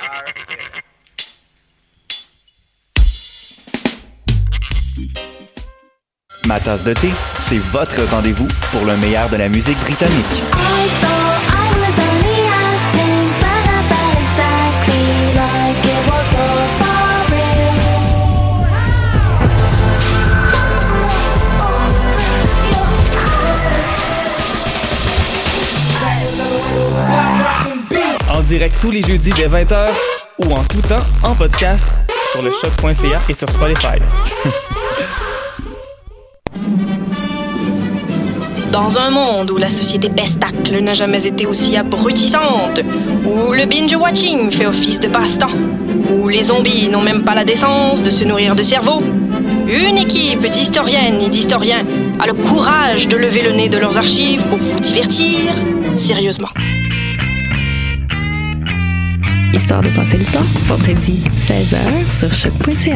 Ma tasse de thé, c'est votre rendez-vous pour le meilleur de la musique britannique. En direct tous les jeudis dès 20h ou en tout temps en podcast sur le choc.ca et sur Spotify. Dans un monde où la société pestacle n'a jamais été aussi abrutissante, où le binge-watching fait office de passe-temps, où les zombies n'ont même pas la décence de se nourrir de cerveau, une équipe d'historiennes et d'historiens a le courage de lever le nez de leurs archives pour vous divertir sérieusement. Histoire de passer le temps, vendredi 16h sur choc.ca.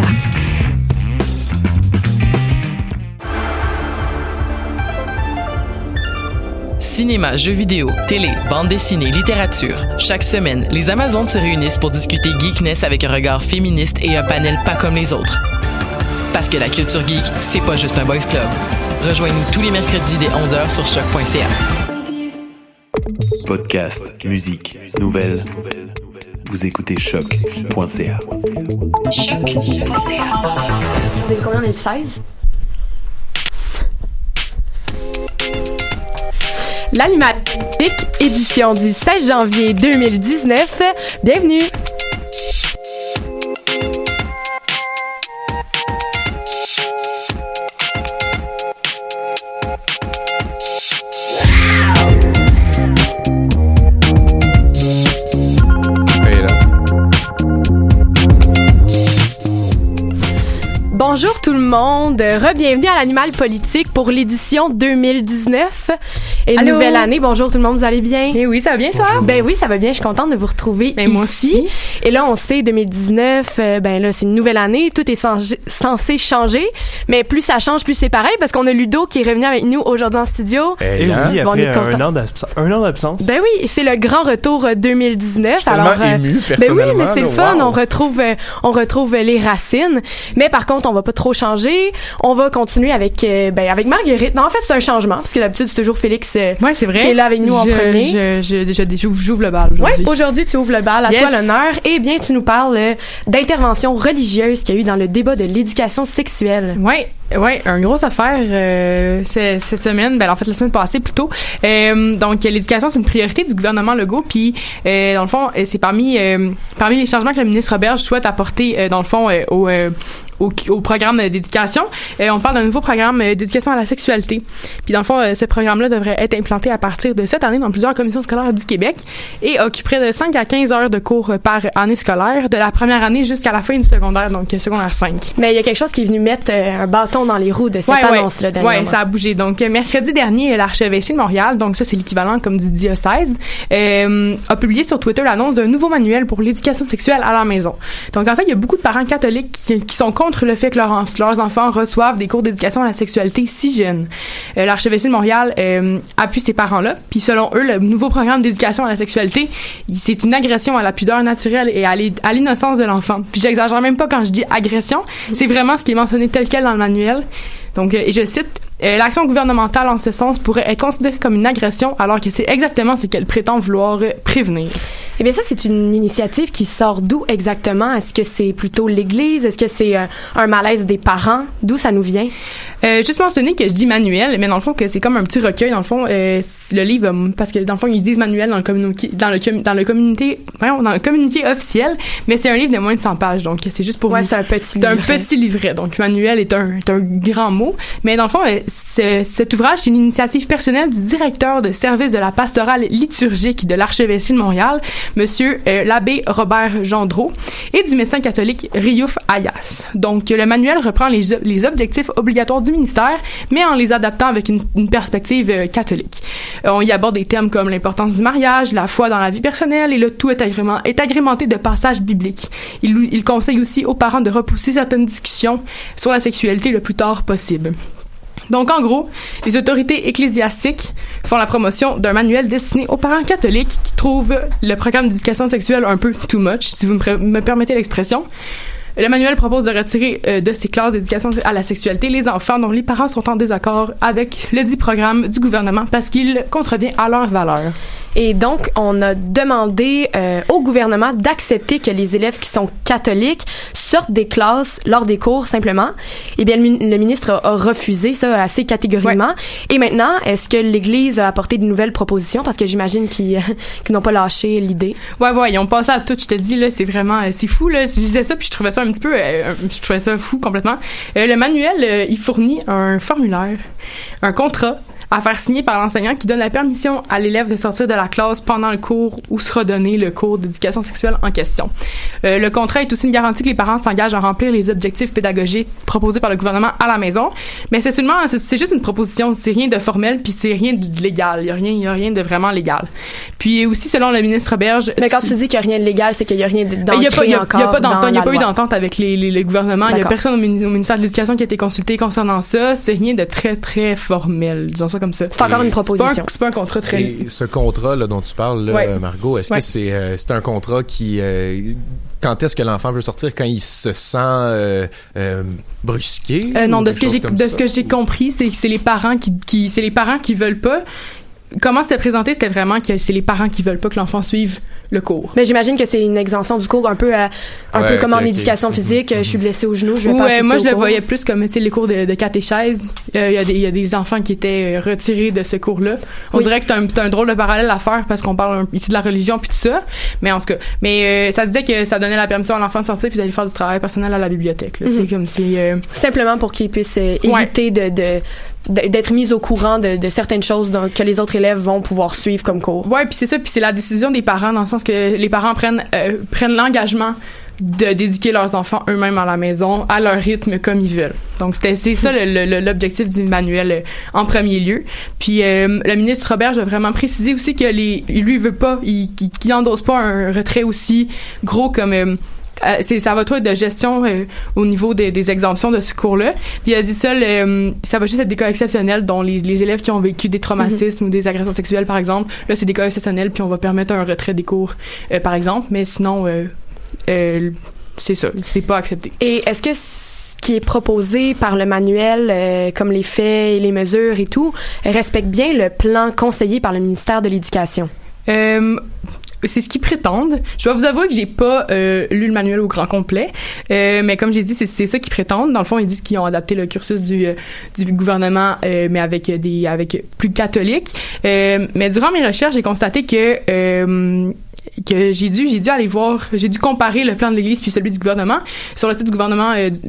Cinéma, jeux vidéo, télé, bande dessinée, littérature. Chaque semaine, les Amazones se réunissent pour discuter geekness avec un regard féministe et un panel pas comme les autres. Parce que la culture geek, c'est pas juste un boys club. Rejoignez-nous tous les mercredis dès 11h sur choc.ca. Podcast, musique, nouvelles. Vous écoutez choc.ca. Combien on est le 16? L'Animatique, édition du 16 janvier 2019. Bienvenue! Bonjour tout le monde, re-bienvenue à l'Animal Politique pour l'édition 2019 et Allô? Nouvelle année. Bonjour tout le monde, vous allez bien? Eh oui, ça va bien toi? Ben oui, ça va bien, je suis contente de vous retrouver ici. Moi aussi. Et là, on sait 2019, ben là, c'est une nouvelle année, tout est censé changer, mais plus ça change, plus c'est pareil parce qu'on a Ludo qui est revenu avec nous aujourd'hui en studio. Et oui, après un an d'absence. Ben oui, c'est le grand retour 2019. Je suis tellement ému, ben oui, mais c'est le fun, wow. on retrouve les racines. Mais par contre, on va pas trop changer. On va continuer avec Marguerite. Non, en fait, c'est un changement parce que d'habitude c'est toujours Félix ouais, c'est vrai. qui est là avec nous en premier. J'ouvre le bal aujourd'hui. Ouais, aujourd'hui tu ouvres le bal, à toi l'honneur. Et bien tu nous parles d'intervention religieuse qu'il y a eu dans le débat de l'éducation sexuelle. Ouais, une grosse affaire cette semaine, en fait la semaine passée plutôt. Donc l'éducation c'est une priorité du gouvernement Legault, puis dans le fond c'est parmi les changements que la ministre Roberge souhaite apporter dans le fond au programme d'éducation. On parle d'un nouveau programme d'éducation à la sexualité. Puis dans le fond, ce programme-là devrait être implanté à partir de cette année dans plusieurs commissions scolaires du Québec et occuperait de 5 à 15 heures de cours par année scolaire, de la première année jusqu'à la fin du secondaire, donc secondaire 5. Mais il y a quelque chose qui est venu mettre un bâton dans les roues de cette annonce-là dernièrement. Ouais, ça a bougé. Donc mercredi dernier, l'archevêché de Montréal, donc ça c'est l'équivalent comme du diocèse, a publié sur Twitter l'annonce d'un nouveau manuel pour l'éducation sexuelle à la maison. Donc en fait, il y a beaucoup de parents catholiques qui sont contre le fait que leurs enfants reçoivent des cours d'éducation à la sexualité si jeunes. L'archevêché de Montréal appuie ces parents-là, puis selon eux, le nouveau programme d'éducation à la sexualité, c'est une agression à la pudeur naturelle et à l'innocence de l'enfant. Puis j'exagère même pas quand je dis agression, c'est vraiment ce qui est mentionné tel quel dans le manuel. Donc, et je cite, l'action gouvernementale en ce sens pourrait être considérée comme une agression alors que c'est exactement ce qu'elle prétend vouloir prévenir. Eh bien, ça, c'est une initiative qui sort d'où exactement? Est-ce que c'est plutôt l'Église? Est-ce que c'est un malaise des parents? D'où ça nous vient? Juste mentionner que je dis manuel, mais dans le fond, que c'est comme un petit recueil. Dans le fond, le livre, parce que dans le fond, ils disent manuel dans le communiqué officiel, mais c'est un livre de moins de 100 pages. Donc, c'est juste pour vous. C'est un petit livret. C'est un petit livret. Donc, manuel est un grand mot. Mais dans le fond, cet ouvrage, c'est une initiative personnelle du directeur de service de la pastorale liturgique de l'archevêché de Montréal, Monsieur l'abbé Robert Gendreau, et du médecin catholique Riouf Ayas. Donc, le manuel reprend les objectifs obligatoires du ministère, mais en les adaptant avec une perspective catholique. On y aborde des thèmes comme l'importance du mariage, la foi dans la vie personnelle, et le tout est agrémenté de passages bibliques. Il conseille aussi aux parents de repousser certaines discussions sur la sexualité le plus tard possible. Donc, en gros, les autorités ecclésiastiques font la promotion d'un manuel destiné aux parents catholiques qui trouvent le programme d'éducation sexuelle un peu too much, si vous me permettez l'expression. Le manuel propose de retirer de ces classes d'éducation à la sexualité les enfants dont les parents sont en désaccord avec le dit programme du gouvernement parce qu'il contrevient à leurs valeurs. Et donc, on a demandé au gouvernement d'accepter que les élèves qui sont catholiques sortent des classes lors des cours, simplement. Eh bien, le ministre a refusé ça assez catégoriquement. Ouais. Et maintenant, est-ce que l'Église a apporté de nouvelles propositions? Parce que j'imagine qu'ils n'ont pas lâché l'idée. Ouais, ils ont passé à tout. Je te dis, là, c'est vraiment... c'est fou, là. Je disais ça, puis je trouvais ça un petit peu... je trouvais ça fou, complètement. Le manuel, il fournit un formulaire, un contrat à faire signer par l'enseignant qui donne la permission à l'élève de sortir de la classe pendant le cours où sera donné le cours d'éducation sexuelle en question. Le contrat est aussi une garantie que les parents s'engagent à remplir les objectifs pédagogiques proposés par le gouvernement à la maison, mais c'est juste une proposition, c'est rien de formel puis c'est rien de légal, il y a rien de vraiment légal. Puis aussi selon le ministre Berge, mais quand tu dis qu'il y a rien de légal, c'est qu'il y a rien d'ancré encore. Il y a pas eu d'entente avec le gouvernement, il y a personne au ministère de l'Éducation qui a été consulté concernant ça, c'est rien de très très formel, disons ça comme ça. C'est encore une proposition. C'est pas un contrat très... Et ce contrat là dont tu parles, là, Margot, est-ce que c'est un contrat qui... quand est-ce que l'enfant veut sortir? Quand il se sent brusqué? Non, de ce que j'ai compris, c'est que c'est les parents qui veulent pas. Comment c'était présenté, c'était vraiment que c'est les parents qui veulent pas que l'enfant suive le cours. Mais j'imagine que c'est une exemption du cours un peu comme en éducation physique. Je suis blessée au genou, je vais pas assister moi, au je cours. Le voyais plus comme les cours de catéchèse. Il y a des enfants qui étaient retirés de ce cours-là. On dirait que c'est un drôle de parallèle à faire parce qu'on parle ici de la religion puis tout ça. Mais en tout cas, ça disait que ça donnait la permission à l'enfant de sortir puis d'aller faire du travail personnel à la bibliothèque. Là, comme si simplement pour qu'il puisse éviter d'être mis au courant de certaines choses que les autres élèves vont pouvoir suivre comme cours. Ouais, puis c'est ça, puis c'est la décision des parents dans le sens que les parents prennent l'engagement d'éduquer leurs enfants eux-mêmes à la maison à leur rythme comme ils veulent. Donc c'est ça l'objectif du manuel en premier lieu. Puis le ministre Robert a vraiment précisé aussi que lui veut pas, il endosse pas un retrait aussi gros comme ça va trop être de gestion au niveau des exemptions de ce cours-là. Puis il a dit ça va juste être des cas exceptionnels dont les élèves qui ont vécu des traumatismes ou des agressions sexuelles, par exemple. Là, c'est des cas exceptionnels, puis on va permettre un retrait des cours, par exemple. Mais sinon, c'est ça, c'est pas accepté. Et est-ce que ce qui est proposé par le manuel, comme les faits et les mesures et tout, respecte bien le plan conseillé par le ministère de l'Éducation? C'est ce qu'ils prétendent. Je dois vous avouer que j'ai pas lu le manuel au grand complet, mais comme j'ai dit, c'est ça qu'ils prétendent. Dans le fond, ils disent qu'ils ont adapté le cursus du gouvernement, mais avec plus catholique. Mais durant mes recherches, j'ai constaté que j'ai dû aller voir, j'ai dû comparer le plan de l'Église puis celui du gouvernement. Sur le site du gouvernement,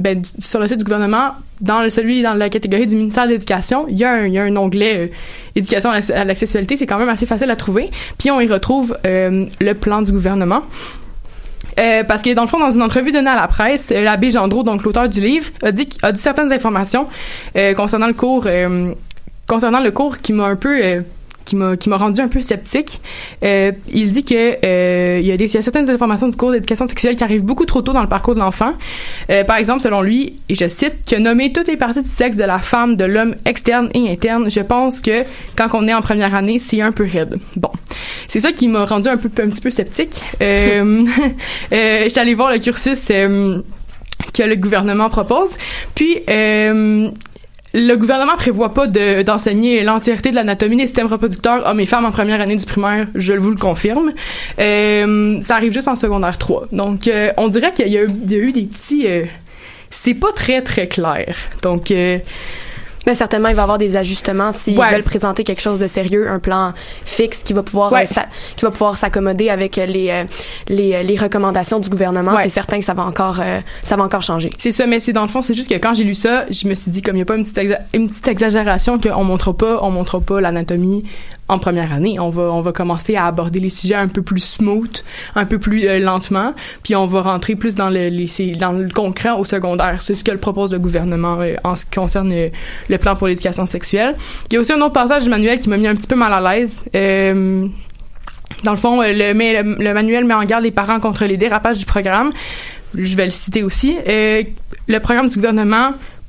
dans la catégorie du ministère de l'Éducation, il y a un onglet éducation à la sexualité, c'est quand même assez facile à trouver. Puis on y retrouve le plan du gouvernement. Parce que dans le fond, dans une entrevue donnée à la presse, l'abbé Gendreau, donc l'auteur du livre, a dit certaines informations concernant le cours qui m'a un peu qui m'a rendu un peu sceptique. Il dit que il y a certaines informations du cours d'éducation sexuelle qui arrivent beaucoup trop tôt dans le parcours de l'enfant. Par exemple, selon lui, et je cite, qui a nommé toutes les parties du sexe de la femme, de l'homme externe et interne. Je pense que quand on est en première année, c'est un peu raide. Bon, c'est ça qui m'a rendu un petit peu sceptique. J'étais allée voir le cursus que le gouvernement propose. Puis le gouvernement prévoit pas d'enseigner l'entièreté de l'anatomie des systèmes reproducteurs hommes et femmes en première année du primaire, je vous le confirme. Ça arrive juste en secondaire 3. Donc, on dirait qu'il y a eu des petits... c'est pas très, très clair. Donc... mais certainement, il va y avoir des ajustements s'ils veulent présenter quelque chose de sérieux, un plan fixe qui va pouvoir s'accommoder avec les recommandations du gouvernement. Ouais. C'est certain que ça va encore changer. C'est ça, mais dans le fond, c'est juste que quand j'ai lu ça, je me suis dit, comme il n'y a pas une petite exagération qu'on montre pas l'anatomie en première année. On va commencer à aborder les sujets un peu plus smooth, un peu plus lentement, puis on va rentrer plus dans le concret au secondaire. C'est ce que propose le gouvernement en ce qui concerne le plan pour l'éducation sexuelle. Il y a aussi un autre passage du manuel qui m'a mis un petit peu mal à l'aise. Dans le fond, le manuel met en garde les parents contre les dérapages du programme. Je vais le citer aussi. Le programme du gouvernement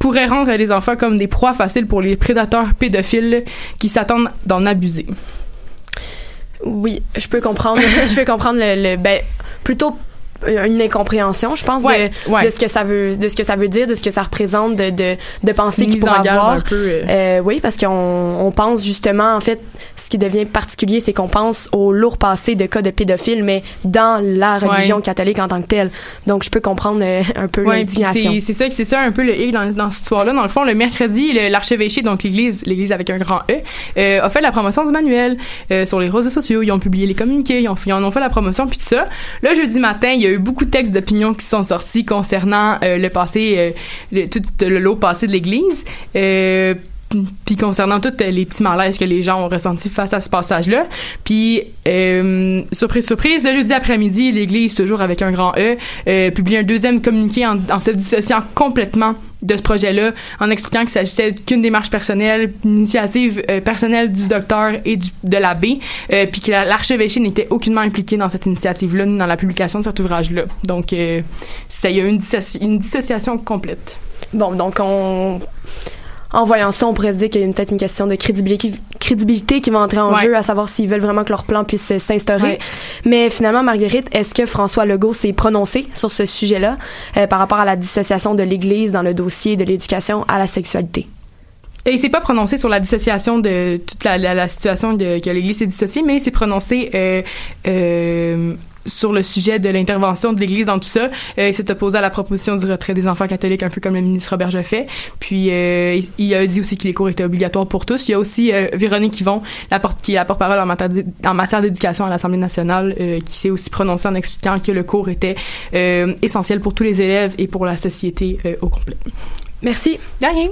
pourrait rendre les enfants comme des proies faciles pour les prédateurs pédophiles qui s'attendent d'en abuser. Oui, je peux comprendre. Plutôt une incompréhension, je pense, de ce que ça veut dire, de ce que ça représente, de penser qu'il pourrait avoir. Oui, parce qu'on pense justement, en fait, ce qui devient particulier, c'est qu'on pense au lourd passé de cas de pédophiles, mais dans la religion catholique en tant que telle. Donc, je peux comprendre un peu l'indignation. C'est ça un peu le hic dans cette histoire-là. Dans le fond, le mercredi, l'archevêché, donc l'église avec un grand E, a fait la promotion du manuel sur les réseaux sociaux. Ils ont publié les communiqués, ils en ont fait la promotion, puis tout ça. Le jeudi matin, il y a eu beaucoup de textes d'opinion qui sont sortis concernant le passé, tout le lot passé de l'Église, puis concernant tous les petits malaises que les gens ont ressentis face à ce passage-là. Puis, surprise, le jeudi après-midi, l'Église, toujours avec un grand E, publie un deuxième communiqué en se dissociant complètement de ce projet-là, en expliquant qu'il s'agissait qu'une démarche personnelle, une initiative personnelle du docteur et de l'abbé, puis que l'archevêché n'était aucunement impliqué dans cette initiative-là, ni dans la publication de cet ouvrage-là. Donc, il y a une dissociation complète. Bon, donc en voyant ça, on pourrait se dire qu'il y a peut-être une question de crédibilité qui va entrer en jeu, à savoir s'ils veulent vraiment que leur plan puisse s'instaurer. Ouais. Mais finalement, Marguerite, est-ce que François Legault s'est prononcé sur ce sujet-là par rapport à la dissociation de l'Église dans le dossier de l'éducation à la sexualité? Et il s'est pas prononcé sur la dissociation de toute la situation que l'Église s'est dissociée, mais il s'est prononcé sur le sujet de l'intervention de l'Église dans tout ça. Il s'est opposé à la proposition du retrait des enfants catholiques, un peu comme le ministre Robert Joffé. Puis, il a dit aussi que les cours étaient obligatoires pour tous. Il y a aussi Véronique Yvon, qui est la porte-parole en matière d'éducation à l'Assemblée nationale, qui s'est aussi prononcée en expliquant que le cours était essentiel pour tous les élèves et pour la société au complet. Merci. De rien.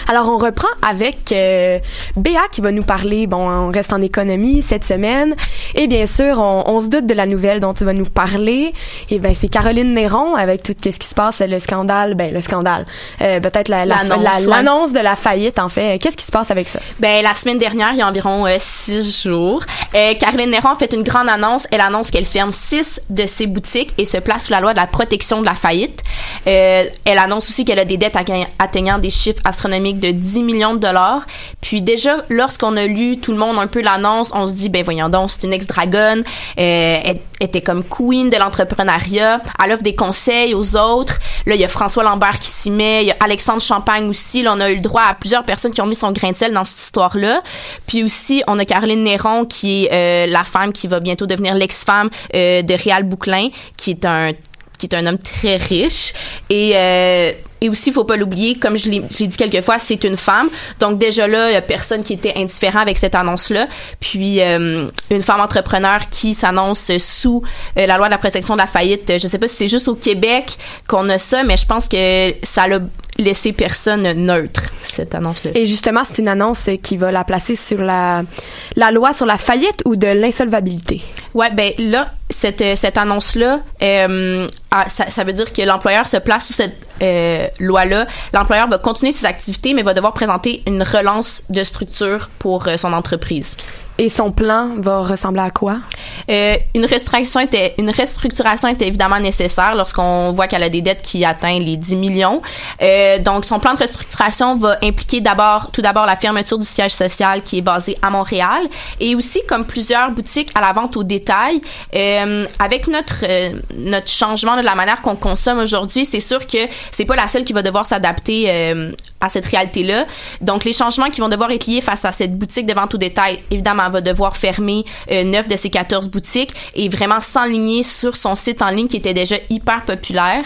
Alors, on reprend avec Béa qui va nous parler, on reste en économie cette semaine. Et bien sûr, on se doute de la nouvelle dont tu vas nous parler. Et c'est Caroline Néron avec tout ce qui se passe, le scandale. Peut-être l'annonce de la faillite, en fait. Qu'est-ce qui se passe avec ça? La semaine dernière, il y a environ 6 jours, Caroline Néron a fait une grande annonce. Elle annonce qu'elle ferme 6 de ses boutiques et se place sous la loi de la protection de la faillite. Elle annonce aussi qu'elle a des dettes atteignant des chiffres astronomiques de 10 millions de dollars. Puis déjà, lorsqu'on a lu tout le monde un peu l'annonce, on se dit, voyons donc, c'est une ex-dragonne. Elle était comme queen de l'entrepreneuriat. Elle offre des conseils aux autres. Là, il y a François Lambert qui s'y met. Il y a Alexandre Champagne aussi. Là, on a eu le droit à plusieurs personnes qui ont mis son grain de sel dans cette histoire-là. Puis aussi, on a Caroline Néron qui est la femme qui va bientôt devenir l'ex-femme de Réal Bouclin, qui est un homme très riche. Et aussi, il faut pas l'oublier, comme je l'ai dit quelques fois, c'est une femme. Donc déjà là, il y a personne qui était indifférent avec cette annonce-là. Puis une femme entrepreneur qui s'annonce sous la loi de la protection de la faillite. Je sais pas si c'est juste au Québec qu'on a ça, mais je pense que ça l'a laissé personne neutre, cette annonce-là. Et justement, c'est une annonce qui va la placer sur la loi sur la faillite ou de l'insolvabilité. Ouais, là, cette annonce-là, ça veut dire que l'employeur se place sous cette loi-là. L'employeur va continuer ses activités, mais va devoir présenter une relance de structure pour son entreprise. Et son plan va ressembler à quoi? Une restructuration était évidemment nécessaire lorsqu'on voit qu'elle a des dettes qui atteignent les 10 millions. Donc, son plan de restructuration va impliquer tout d'abord la fermeture du siège social qui est basé à Montréal et aussi, comme plusieurs boutiques à la vente au détail, avec notre changement de la manière qu'on consomme aujourd'hui, c'est sûr que c'est pas la seule qui va devoir s'adapter à cette réalité-là. Donc, les changements qui vont devoir être liés face à cette boutique de vente au détail, évidemment, va devoir fermer 9 de ses 14 boutiques et vraiment s'enligner sur son site en ligne qui était déjà hyper populaire.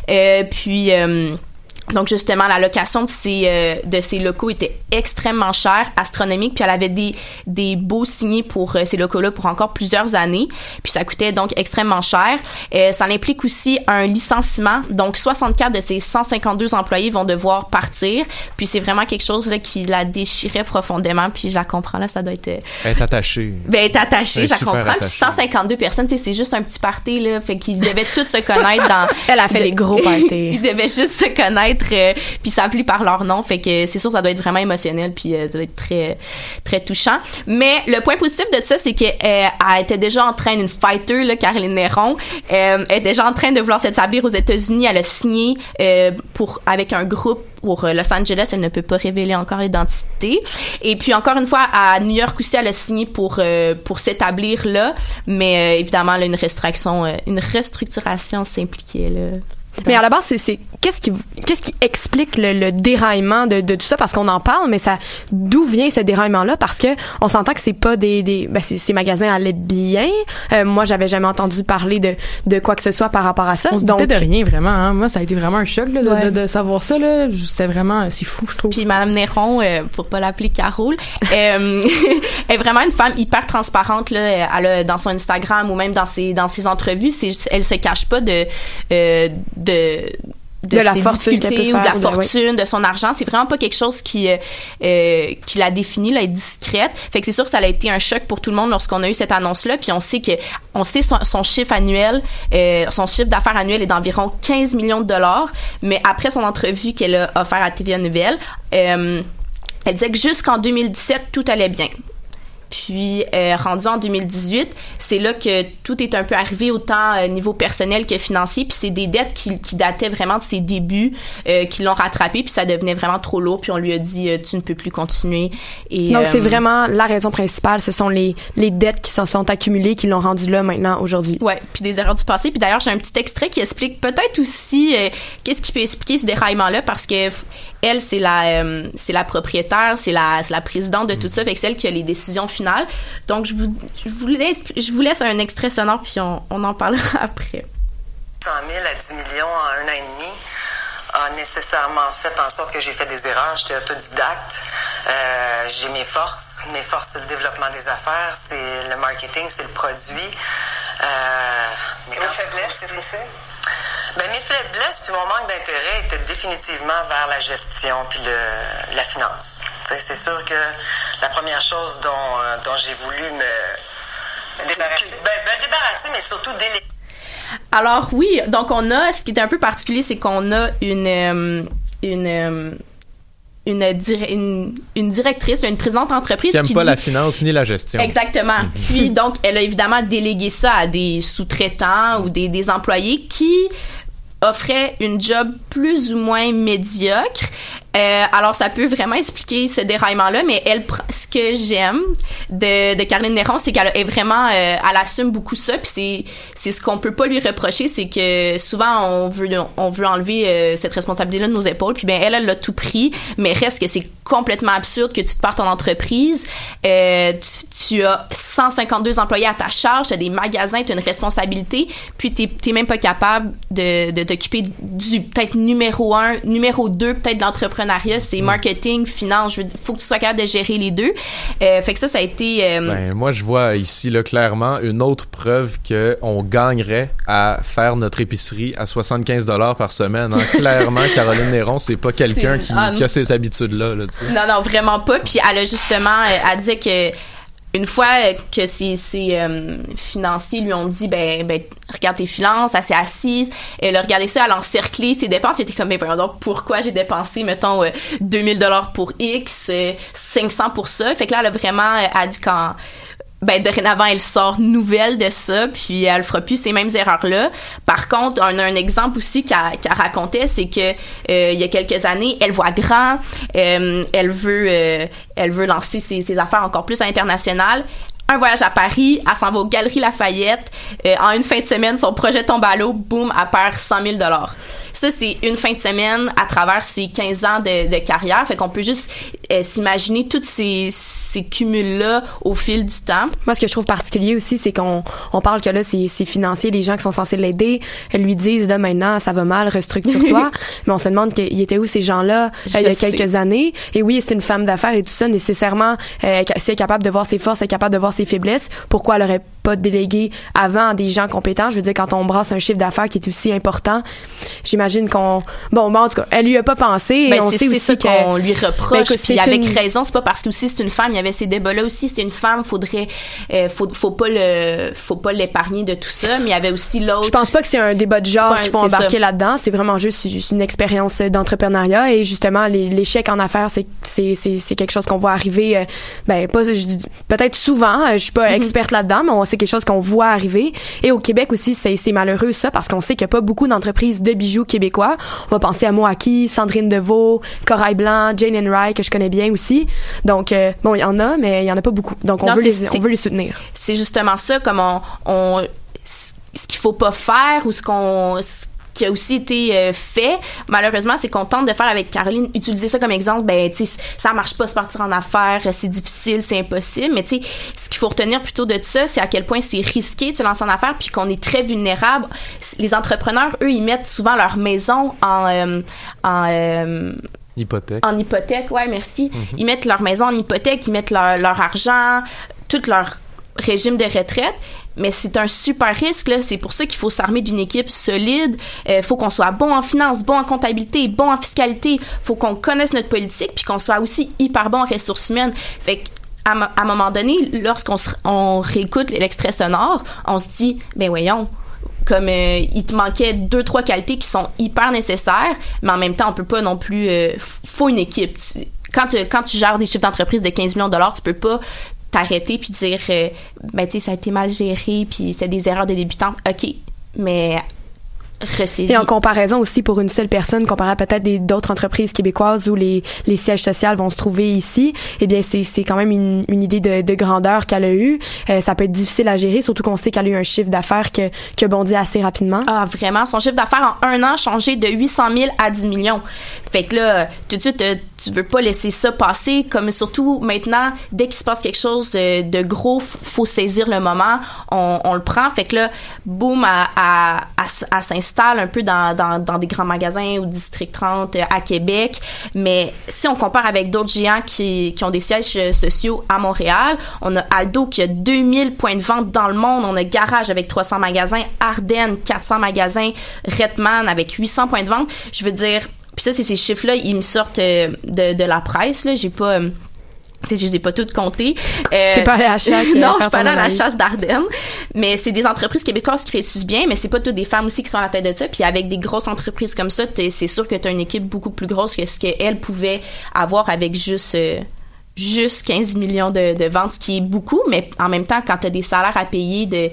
Donc, justement, la location de ces locaux était extrêmement chère, astronomique, puis elle avait des baux signés pour ces locaux-là pour encore plusieurs années, puis ça coûtait donc extrêmement cher. Ça implique aussi un licenciement, donc 64 de ses 152 employés vont devoir partir, puis c'est vraiment quelque chose là qui la déchirait profondément, puis je la comprends, là, ça doit être... Être attachée. Être attachée, je la comprends, puis 152 personnes, tu sais, c'est juste un petit party, là, fait qu'ils devaient tous se connaître dans... Elle a fait les gros parties. Ils devaient juste se connaître puis s'appeler par leur nom, fait que c'est sûr ça doit être vraiment émotionnel puis ça doit être très très touchant. Mais le point positif de ça, c'est qu'elle était déjà en train une fighter là, Caroline Néron, elle est déjà en train de vouloir s'établir aux États-Unis. Elle a signé avec un groupe pour Los Angeles, elle ne peut pas révéler encore l'identité. Et puis encore une fois à New York aussi, elle a signé pour s'établir là, mais évidemment là, une restructuration s'impliquait là. Mais à la base, c'est qu'est-ce qui explique le déraillement de tout ça, parce qu'on en parle, mais d'où vient ce déraillement-là? Parce que on s'entend que c'est pas ces magasins allaient bien. Moi, j'avais jamais entendu parler de quoi que ce soit par rapport à ça. On se doutait de rien, vraiment, hein. Moi, ça a été vraiment un choc, là, de savoir ça, là. C'est vraiment, c'est fou, je trouve. Puis Madame Néron, pour pas l'appeler Carole, est vraiment une femme hyper transparente, là. Elle a, dans son Instagram ou même dans ses entrevues, elle se cache pas de la ses fortune difficultés ou de la fortune, de son argent. C'est vraiment pas quelque chose qui la définit, là, être discrète. Fait que c'est sûr que ça a été un choc pour tout le monde lorsqu'on a eu cette annonce-là. Puis on sait son chiffre annuel, son chiffre d'affaires annuel est d'environ 15 millions de dollars. Mais après son entrevue qu'elle a offert à TVA Nouvelle, elle disait que jusqu'en 2017, tout allait bien. Puis, rendu en 2018, c'est là que tout est un peu arrivé, autant niveau personnel que financier. Puis c'est des dettes qui dataient vraiment de ses débuts, qui l'ont rattrapé. Puis ça devenait vraiment trop lourd. Puis on lui a dit, tu ne peux plus continuer. Et, donc, c'est vraiment la raison principale. Ce sont les dettes qui se sont accumulées, qui l'ont rendu là maintenant, aujourd'hui. Ouais, puis des erreurs du passé. Puis d'ailleurs, j'ai un petit extrait qui explique peut-être aussi qu'est-ce qui peut expliquer ce déraillement-là, parce que elle, c'est la propriétaire, c'est la présidente de tout ça, fait que c'est elle qui a les décisions finales. Donc, je vous laisse un extrait sonore, puis on en parlera après. 100 000 à 10 millions en 1 an et demi a nécessairement fait en sorte que j'ai fait des erreurs. J'étais autodidacte. J'ai mes forces. Mes forces, c'est le développement des affaires, c'est le marketing, c'est le produit. Mais vos faiblesses, c'est possible? Ben, mes faiblesses puis mon manque d'intérêt étaient définitivement vers la gestion puis la finance. T'sais, c'est sûr que la première chose dont j'ai voulu me débarrasser, mais surtout déléguer. Alors oui, donc ce qui est un peu particulier, c'est qu'on a une directrice, une présidente d'entreprise qui aime pas la finance ni la gestion. Exactement. Puis donc, elle a évidemment délégué ça à des sous-traitants ou des employés qui offraient une job plus ou moins médiocre. Alors, ça peut vraiment expliquer ce déraillement-là, mais ce que j'aime de Caroline Néron, c'est qu'elle est vraiment, elle assume beaucoup ça, puis c'est ce qu'on peut pas lui reprocher, c'est que souvent on veut enlever cette responsabilité-là de nos épaules, puis ben elle l'a tout pris, mais reste que c'est complètement absurde que tu te partes ton entreprise, tu as 152 employés à ta charge, tu as des magasins, tu as une responsabilité, puis t'es même pas capable de t'occuper du peut-être numéro 1, numéro 2 peut-être de l'entrepreneuriat, c'est marketing, finance, faut que tu sois capable de gérer les deux. Fait que ça a été... moi, je vois ici là, clairement une autre preuve qu'on gagnerait à faire notre épicerie à 75$ par semaine. Hein. Clairement, Caroline Néron, c'est pas quelqu'un qui a ces habitudes-là. Là, tu sais. Non, vraiment pas. Puis elle a justement... elle disait que une fois que ses financiers lui ont dit ben regarde tes finances, elle s'est assise, elle a regardé ça, elle a encerclé ses dépenses, elle était comme voyons donc pourquoi j'ai dépensé mettons $2000 pour X, 500 pour ça. Fait que là elle a vraiment dit quand dorénavant, elle sort nouvelle de ça, puis elle fera plus ces mêmes erreurs-là. Par contre, on a un exemple aussi qu'elle racontait, c'est que il y a quelques années, elle voit grand, elle veut lancer ses affaires encore plus à l'international. Un voyage à Paris, elle s'en va aux Galeries Lafayette. En une fin de semaine, son projet tombe à l'eau, boum, elle perd $100,000. Ça, c'est une fin de semaine à travers ses 15 ans de carrière. Fait qu'on peut juste s'imaginer tous ces cumuls-là au fil du temps. Moi, ce que je trouve particulier aussi, c'est qu'on parle que là, c'est financier, les gens qui sont censés l'aider, elles lui disent, là, maintenant, ça va mal, restructure-toi. Mais on se demande qu'il était où ces gens-là il y a quelques années. Et oui, c'est une femme d'affaires et tout ça, nécessairement, si elle est capable de voir ses forces, elle est capable de voir ses faiblesses, pourquoi elle aurait pas délégué avant à des gens compétents? Je veux dire, quand on brasse un chiffre d'affaires qui est aussi important, j'imagine qu'on... Bon, en tout cas, elle lui a pas pensé. Et on sait aussi ça qu'on lui reproche. Puis avec raison, c'est pas parce que aussi c'est une femme, il y avait ces débats-là aussi, c'est une femme, faudrait... faut pas l'épargner de tout ça, mais il y avait aussi l'autre... Je pense pas que c'est un débat de genre qu'il faut embarquer là-dedans, c'est vraiment juste une expérience d'entrepreneuriat et justement, l'échec en affaires, c'est quelque chose qu'on voit arriver, peut-être souvent, je suis pas experte là-dedans, mais c'est quelque chose qu'on voit arriver. Et au Québec aussi, c'est malheureux ça, parce qu'on sait qu'il y a pas beaucoup d'entreprises de bijoux québécois. On va penser à Moaki, Sandrine Deveau, Corail Blanc, Jane Enright, que je connais bien aussi. Donc, il y en a, mais il y en a pas beaucoup. Donc, on veut les soutenir. C'est justement ça, comme ce qu'il faut pas faire ou ce qui a aussi été fait, malheureusement, c'est qu'on tente de faire avec Caroline, utiliser ça comme exemple, tu sais, ça marche pas se partir en affaires, c'est difficile, c'est impossible, mais tu sais, ce qu'il faut retenir plutôt de ça, c'est à quel point c'est risqué de se lancer en affaires, puis qu'on est très vulnérable. Les entrepreneurs, eux, ils mettent souvent leur maison en hypothèque. En hypothèque, ouais, merci. Mm-hmm. Ils mettent leur maison en hypothèque, ils mettent leur argent, tout leur régime de retraite. Mais c'est un super risque, là. C'est pour ça qu'il faut s'armer d'une équipe solide. Faut qu'on soit bon en finance, bon en comptabilité, bon en fiscalité. Faut qu'on connaisse notre politique puis qu'on soit aussi hyper bon en ressources humaines. Fait qu'à un moment donné, lorsqu'on réécoute l'extrait sonore, on se dit, voyons, comme il te manquait 2-3 qualités qui sont hyper nécessaires, mais en même temps, on peut pas non plus... faut une équipe. Quand tu gères des chiffres d'entreprise de 15 millions de $, tu peux pas t'arrêter puis dire tu sais, ça a été mal géré puis c'est des erreurs de débutants. OK, mais ressaisis. Et en comparaison aussi pour une seule personne, comparé à peut-être d'autres entreprises québécoises où les sièges sociaux vont se trouver ici, eh bien c'est quand même une idée de grandeur qu'elle a eue. Ça peut être difficile à gérer, surtout qu'on sait qu'elle a eu un chiffre d'affaires qui a bondi assez rapidement. Ah, vraiment? Son chiffre d'affaires en 1 an a changé de 800 000 à 10 millions. Fait que là, tout de suite, tu veux pas laisser ça passer, comme surtout maintenant, dès qu'il se passe quelque chose de gros, faut saisir le moment, on le prend. Fait que là, boum, à s'installer s'installe un peu dans des grands magasins ou District 30 à Québec. Mais si on compare avec d'autres géants qui ont des sièges sociaux à Montréal, on a Aldo qui a 2000 points de vente dans le monde. On a Garage avec 300 magasins, Ardennes 400 magasins, Redman avec 800 points de vente. Je veux dire, puis ça, c'est ces chiffres-là, ils me sortent de la presse, là. J'ai pas... Tu sais, je les ai pas toutes comptées. T'es pas allée à chaque... non, je suis pas allée à la chasse d'Ardennes. Mais c'est des entreprises québécoises qui réussissent bien, mais c'est pas toutes des femmes aussi qui sont à la tête de ça. Puis avec des grosses entreprises comme ça, c'est sûr que t'as une équipe beaucoup plus grosse que ce qu'elles pouvaient avoir avec juste 15 millions de ventes, ce qui est beaucoup, mais en même temps, quand t'as des salaires à payer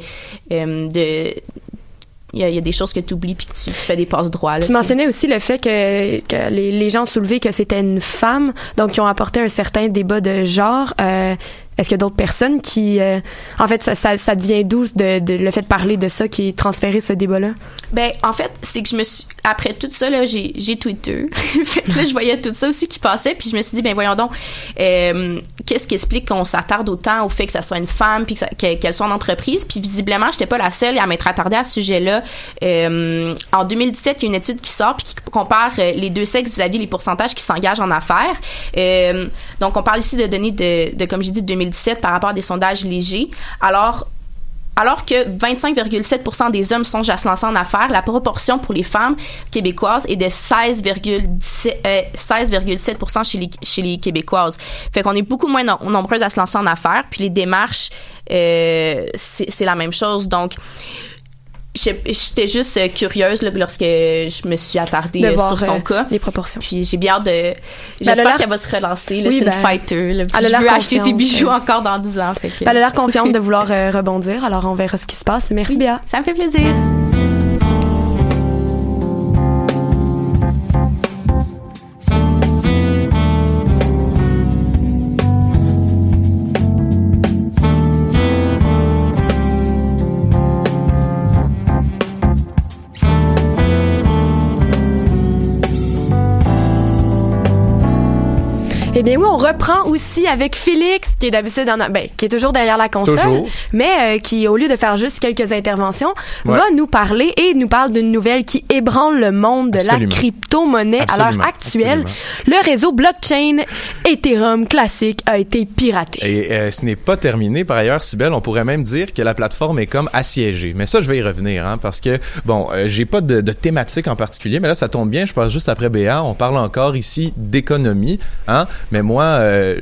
il y a des choses que tu oublies puis que tu fais des passes droits. Là, tu mentionnais aussi le fait que les gens ont soulevé que c'était une femme, donc qui ont apporté un certain débat de genre. Est-ce qu'il y a d'autres personnes qui... en fait, ça devient d'où le fait de parler de ça, qui est transféré ce débat-là? Ben, en fait, c'est que je me suis... Après tout ça, là, j'ai Twitter. Fait que là, je voyais tout ça aussi qui passait, puis je me suis dit, ben voyons donc, qu'est-ce qui explique qu'on s'attarde autant au fait que ça soit une femme puis qu'elle soit en entreprise? Puis visiblement, j'étais pas la seule à m'être attardée à ce sujet-là. En 2017, il y a une étude qui sort puis qui compare les deux sexes vis-à-vis les pourcentages qui s'engagent en affaires. Donc, on parle ici de données de comme j'ai dit, 2017 par rapport à des sondages légers. Alors que 25,7% des hommes songent à se lancer en affaires, la proportion pour les femmes québécoises est de 16,7% chez les Québécoises. Fait qu'on est beaucoup moins nombreuses à se lancer en affaires. Puis les démarches, c'est la même chose. Donc, j'étais juste curieuse là, lorsque je me suis attardée sur son cas. Les proportions. Puis j'ai bien hâte de... J'espère qu'elle va se relancer. Là, oui, c'est une fighter. Là, je veux acheter ses bijoux encore dans 10 ans. Fait que... Elle a l'air confiante de vouloir rebondir. Alors, on verra ce qui se passe. Merci, Béa. Ça me fait plaisir. Eh bien oui, on reprend aussi avec Félix, qui est d'habitude qui est toujours derrière la console, mais qui, au lieu de faire juste quelques interventions, va nous parler et nous parle d'une nouvelle qui ébranle le monde de la crypto-monnaie à l'heure actuelle. Le réseau blockchain Ethereum classique a été piraté. Et ce n'est pas terminé. Par ailleurs, Cybèle, on pourrait même dire que la plateforme est comme assiégée. Mais ça, je vais y revenir, hein, parce que, j'ai pas de thématique en particulier, mais là, ça tombe bien, je passe juste après Béa. On parle encore ici d'économie, hein. Mais moi,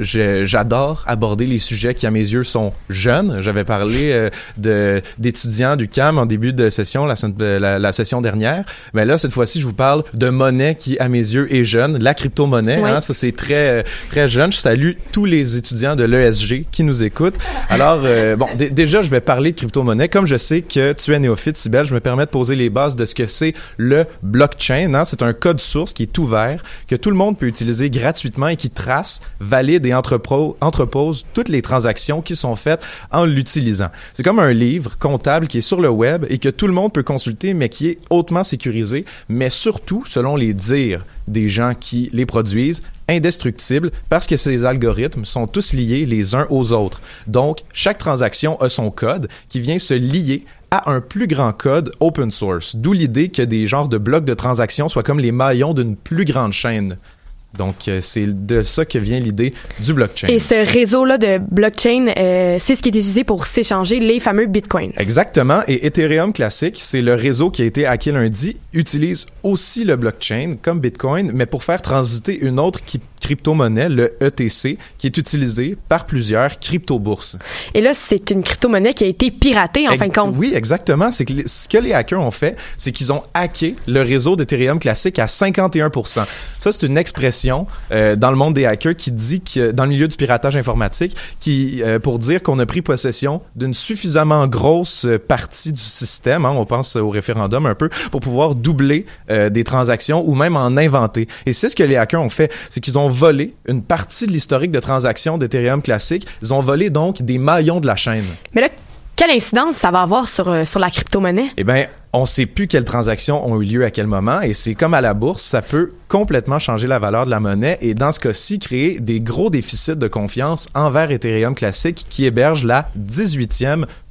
j'adore aborder les sujets qui, à mes yeux, sont jeunes. J'avais parlé d'étudiants du CAM en début de session, la session dernière. Mais là, cette fois-ci, je vous parle de monnaie qui, à mes yeux, est jeune. La crypto-monnaie, hein, ça, c'est très, très jeune. Je salue tous les étudiants de l'ESG qui nous écoutent. Alors, déjà, je vais parler de crypto-monnaie. Comme je sais que tu es néophyte, Cybèle, je me permets de poser les bases de ce que c'est le blockchain. Hein. C'est un code source qui est ouvert, que tout le monde peut utiliser gratuitement et qui trace, valide et entrepose toutes les transactions qui sont faites en l'utilisant. C'est comme un livre comptable qui est sur le web et que tout le monde peut consulter, mais qui est hautement sécurisé, mais surtout, selon les dires des gens qui les produisent, indestructible parce que ces algorithmes sont tous liés les uns aux autres. Donc, chaque transaction a son code qui vient se lier à un plus grand code open source, d'où l'idée que des genres de blocs de transactions soient comme les maillons d'une plus grande chaîne. Donc, c'est de ça que vient l'idée du blockchain. Et ce réseau-là de blockchain, c'est ce qui est utilisé pour s'échanger les fameux bitcoins. Exactement. Et Ethereum classique, c'est le réseau qui a été hacké lundi, utilise aussi le blockchain comme Bitcoin, mais pour faire transiter une autre crypto-monnaie, le ETC, qui est utilisé par plusieurs crypto-bourses. Et là, c'est une crypto-monnaie qui a été piratée, en fin de compte. Oui, exactement. C'est que ce que les hackers ont fait, c'est qu'ils ont hacké le réseau d'Ethereum classique à 51%. Ça, c'est une expression dans le monde des hackers qui dit que, dans le milieu du piratage informatique, pour dire qu'on a pris possession d'une suffisamment grosse partie du système, hein, on pense au référendum un peu, pour pouvoir doubler des transactions ou même en inventer. Et c'est ce que les hackers ont fait, c'est qu'ils ont volé une partie de l'historique de transactions d'Ethereum classique. Ils ont volé donc des maillons de la chaîne. Mais là, quelle incidence ça va avoir sur la crypto-monnaie? Eh bien, on ne sait plus quelles transactions ont eu lieu à quel moment et c'est comme à la bourse, ça peut complètement changer la valeur de la monnaie et dans ce cas-ci, créer des gros déficits de confiance envers Ethereum classique qui héberge la 18e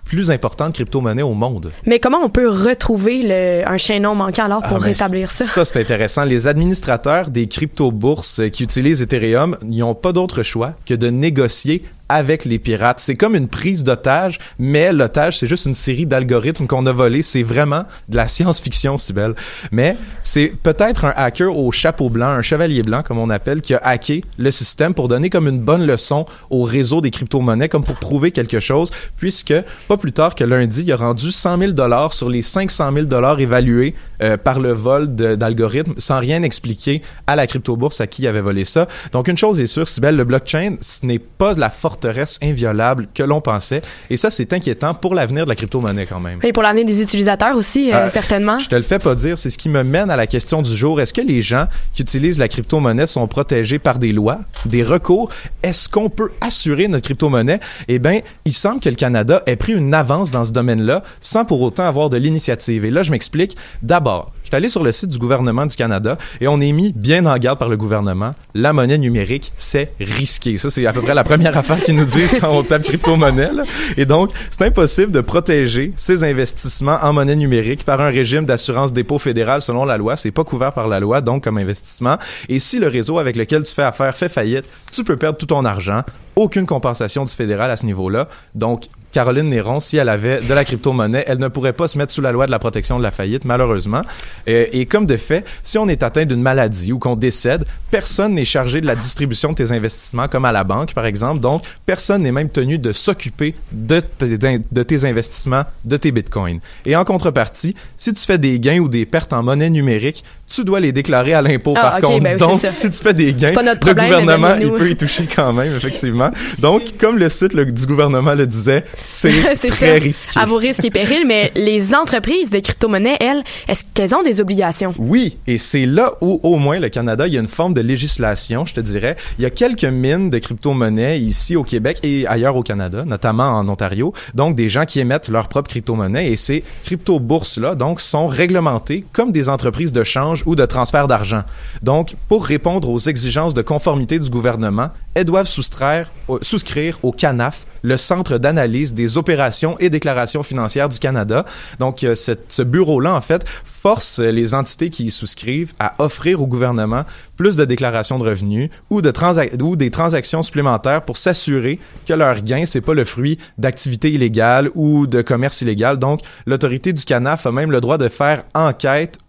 plus importantes crypto-monnaies au monde. Mais comment on peut retrouver un chaînon manquant alors pour rétablir ça? Ça, c'est intéressant. Les administrateurs des crypto-bourses qui utilisent Ethereum, ils n'ont pas d'autre choix que de négocier avec les pirates. C'est comme une prise d'otage, mais l'otage, c'est juste une série d'algorithmes qu'on a volés. C'est vraiment de la science-fiction, Cybèle. Mais c'est peut-être un hacker au chapeau blanc, un chevalier blanc, comme on appelle, qui a hacké le système pour donner comme une bonne leçon au réseau des crypto-monnaies, comme pour prouver quelque chose, puisque pas plus tard que lundi, il a rendu 100 000 $ sur les 500 000 $ évalués par le vol d'algorithmes, sans rien expliquer à la crypto-bourse à qui il avait volé ça. Donc, une chose est sûre, Cybèle, le blockchain, ce n'est pas la forteresse inviolable que l'on pensait. Et ça, c'est inquiétant pour l'avenir de la crypto-monnaie quand même. Et pour l'avenir des utilisateurs aussi, certainement. Je te le fais pas dire, c'est ce qui me mène à la question du jour. Est-ce que les gens qui utilisent la crypto-monnaie sont protégés par des lois, des recours? Est-ce qu'on peut assurer notre crypto-monnaie? Eh bien, il semble que le Canada ait pris une avance dans ce domaine-là sans pour autant avoir de l'initiative. Et là, je m'explique. D'abord, je suis allé sur le site du gouvernement du Canada et on est mis bien en garde par le gouvernement. La monnaie numérique, c'est risqué. Ça, c'est à peu près la première affaire qu'ils nous disent quand on tape crypto-monnaie, là. Et donc, c'est impossible de protéger ces investissements en monnaie numérique par un régime d'assurance dépôt fédéral selon la loi. C'est pas couvert par la loi, donc, comme investissement. Et si le réseau avec lequel tu fais affaire fait faillite, tu peux perdre tout ton argent. Aucune compensation du fédéral à ce niveau-là. Donc, Caroline Néron, si elle avait de la crypto-monnaie, elle ne pourrait pas se mettre sous la loi de la protection de la faillite, malheureusement. Et comme de fait, si on est atteint d'une maladie ou qu'on décède, personne n'est chargé de la distribution de tes investissements, comme à la banque, par exemple. Donc, personne n'est même tenu de s'occuper de tes investissements, de tes bitcoins. Et en contrepartie, si tu fais des gains ou des pertes en monnaie numérique, tu dois les déclarer à l'impôt, par contre. Ben, donc, si tu fais des gains, le gouvernement, il peut y toucher quand même, effectivement. Donc, comme le site du gouvernement le disait, c'est très risqué. À vos risques et périls, mais les entreprises de crypto-monnaie, elles, est-ce qu'elles ont des obligations? Oui, et c'est là où, au moins, le Canada, il y a une forme de législation, je te dirais. Il y a quelques mines de crypto-monnaie ici au Québec et ailleurs au Canada, notamment en Ontario. Donc, des gens qui émettent leur propre crypto-monnaie et ces crypto-bourses-là, donc, sont réglementées comme des entreprises de change ou de transfert d'argent. Donc, pour répondre aux exigences de conformité du gouvernement, elles doivent souscrire au CANAF, le Centre d'analyse des opérations et déclarations financières du Canada. Donc, ce bureau-là, en fait, force les entités qui y souscrivent à offrir au gouvernement plus de déclarations de revenus ou des transactions supplémentaires pour s'assurer que leur gain, c'est pas le fruit d'activités illégales ou de commerce illégal. Donc, l'autorité du CANAF a même le droit de faire enquête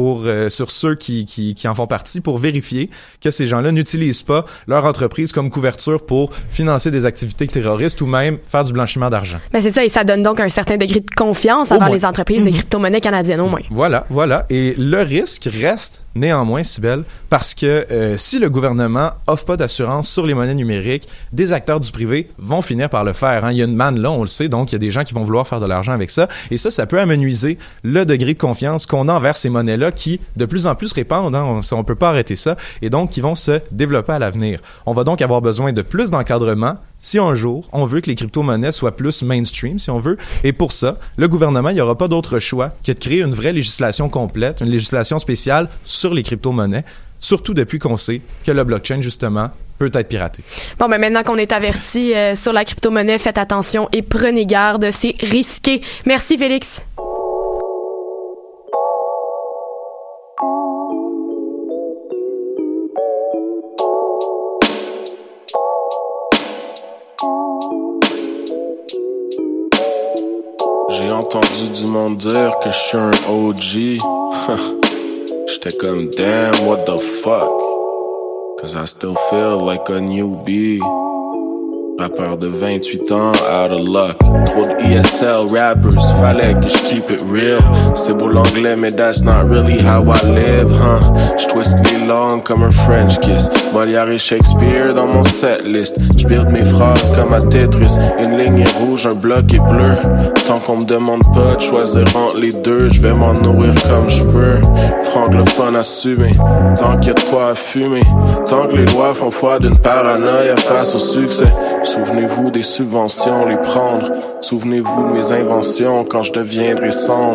sur ceux qui en font partie pour vérifier que ces gens-là n'utilisent pas leur entreprise comme couverture pour financer des activités terroristes ou même faire du blanchiment d'argent. Ben c'est ça, et ça donne donc un certain degré de confiance envers les entreprises de crypto-monnaies canadiennes au moins. Voilà. Et le risque reste néanmoins, Cybèle, parce que si le gouvernement offre pas d'assurance sur les monnaies numériques, des acteurs du privé vont finir par le faire. Hein. Il y a une manne là, on le sait, donc il y a des gens qui vont vouloir faire de l'argent avec ça. Et ça peut amenuiser le degré de confiance qu'on a envers ces monnaies-là qui, de plus en plus, répandent. Hein. On peut pas arrêter ça. Et donc, qui vont se développer à l'avenir. On va donc avoir besoin de plus d'encadrement si un jour, on veut que les crypto-monnaies soient plus mainstream, si on veut. Et pour ça, le gouvernement, il n'y aura pas d'autre choix que de créer une vraie législation complète, une législation spéciale sur les crypto-monnaies, surtout depuis qu'on sait que le blockchain, justement, peut être piraté. Bon, ben maintenant qu'on est averti sur la crypto-monnaie, faites attention et prenez garde, c'est risqué. Merci, Félix. J'ai entendu du monde dire que je suis un OG. J'étais comme damn, what the fuck? Cause I still feel like a newbie. Rappeur de 28 ans, out of luck. Trop de ESL rappers, fallait que je keep it real. C'est beau l'anglais, mais that's not really how I live, huh? J'twist les langues comme un French kiss. Molière et Shakespeare dans mon setlist. J'build mes phrases comme à Tetris. Une ligne est rouge, un bloc est bleu. Tant qu'on me demande pas de choisir entre les deux, j'vais m'en nourrir comme j'peux. Francophone assumé, tant qu'il y a de quoi à fumer. Tant que les lois font foi d'une paranoïa face au succès. Souvenez-vous des subventions, les prendre. Souvenez-vous de mes inventions quand je deviendrai cendre.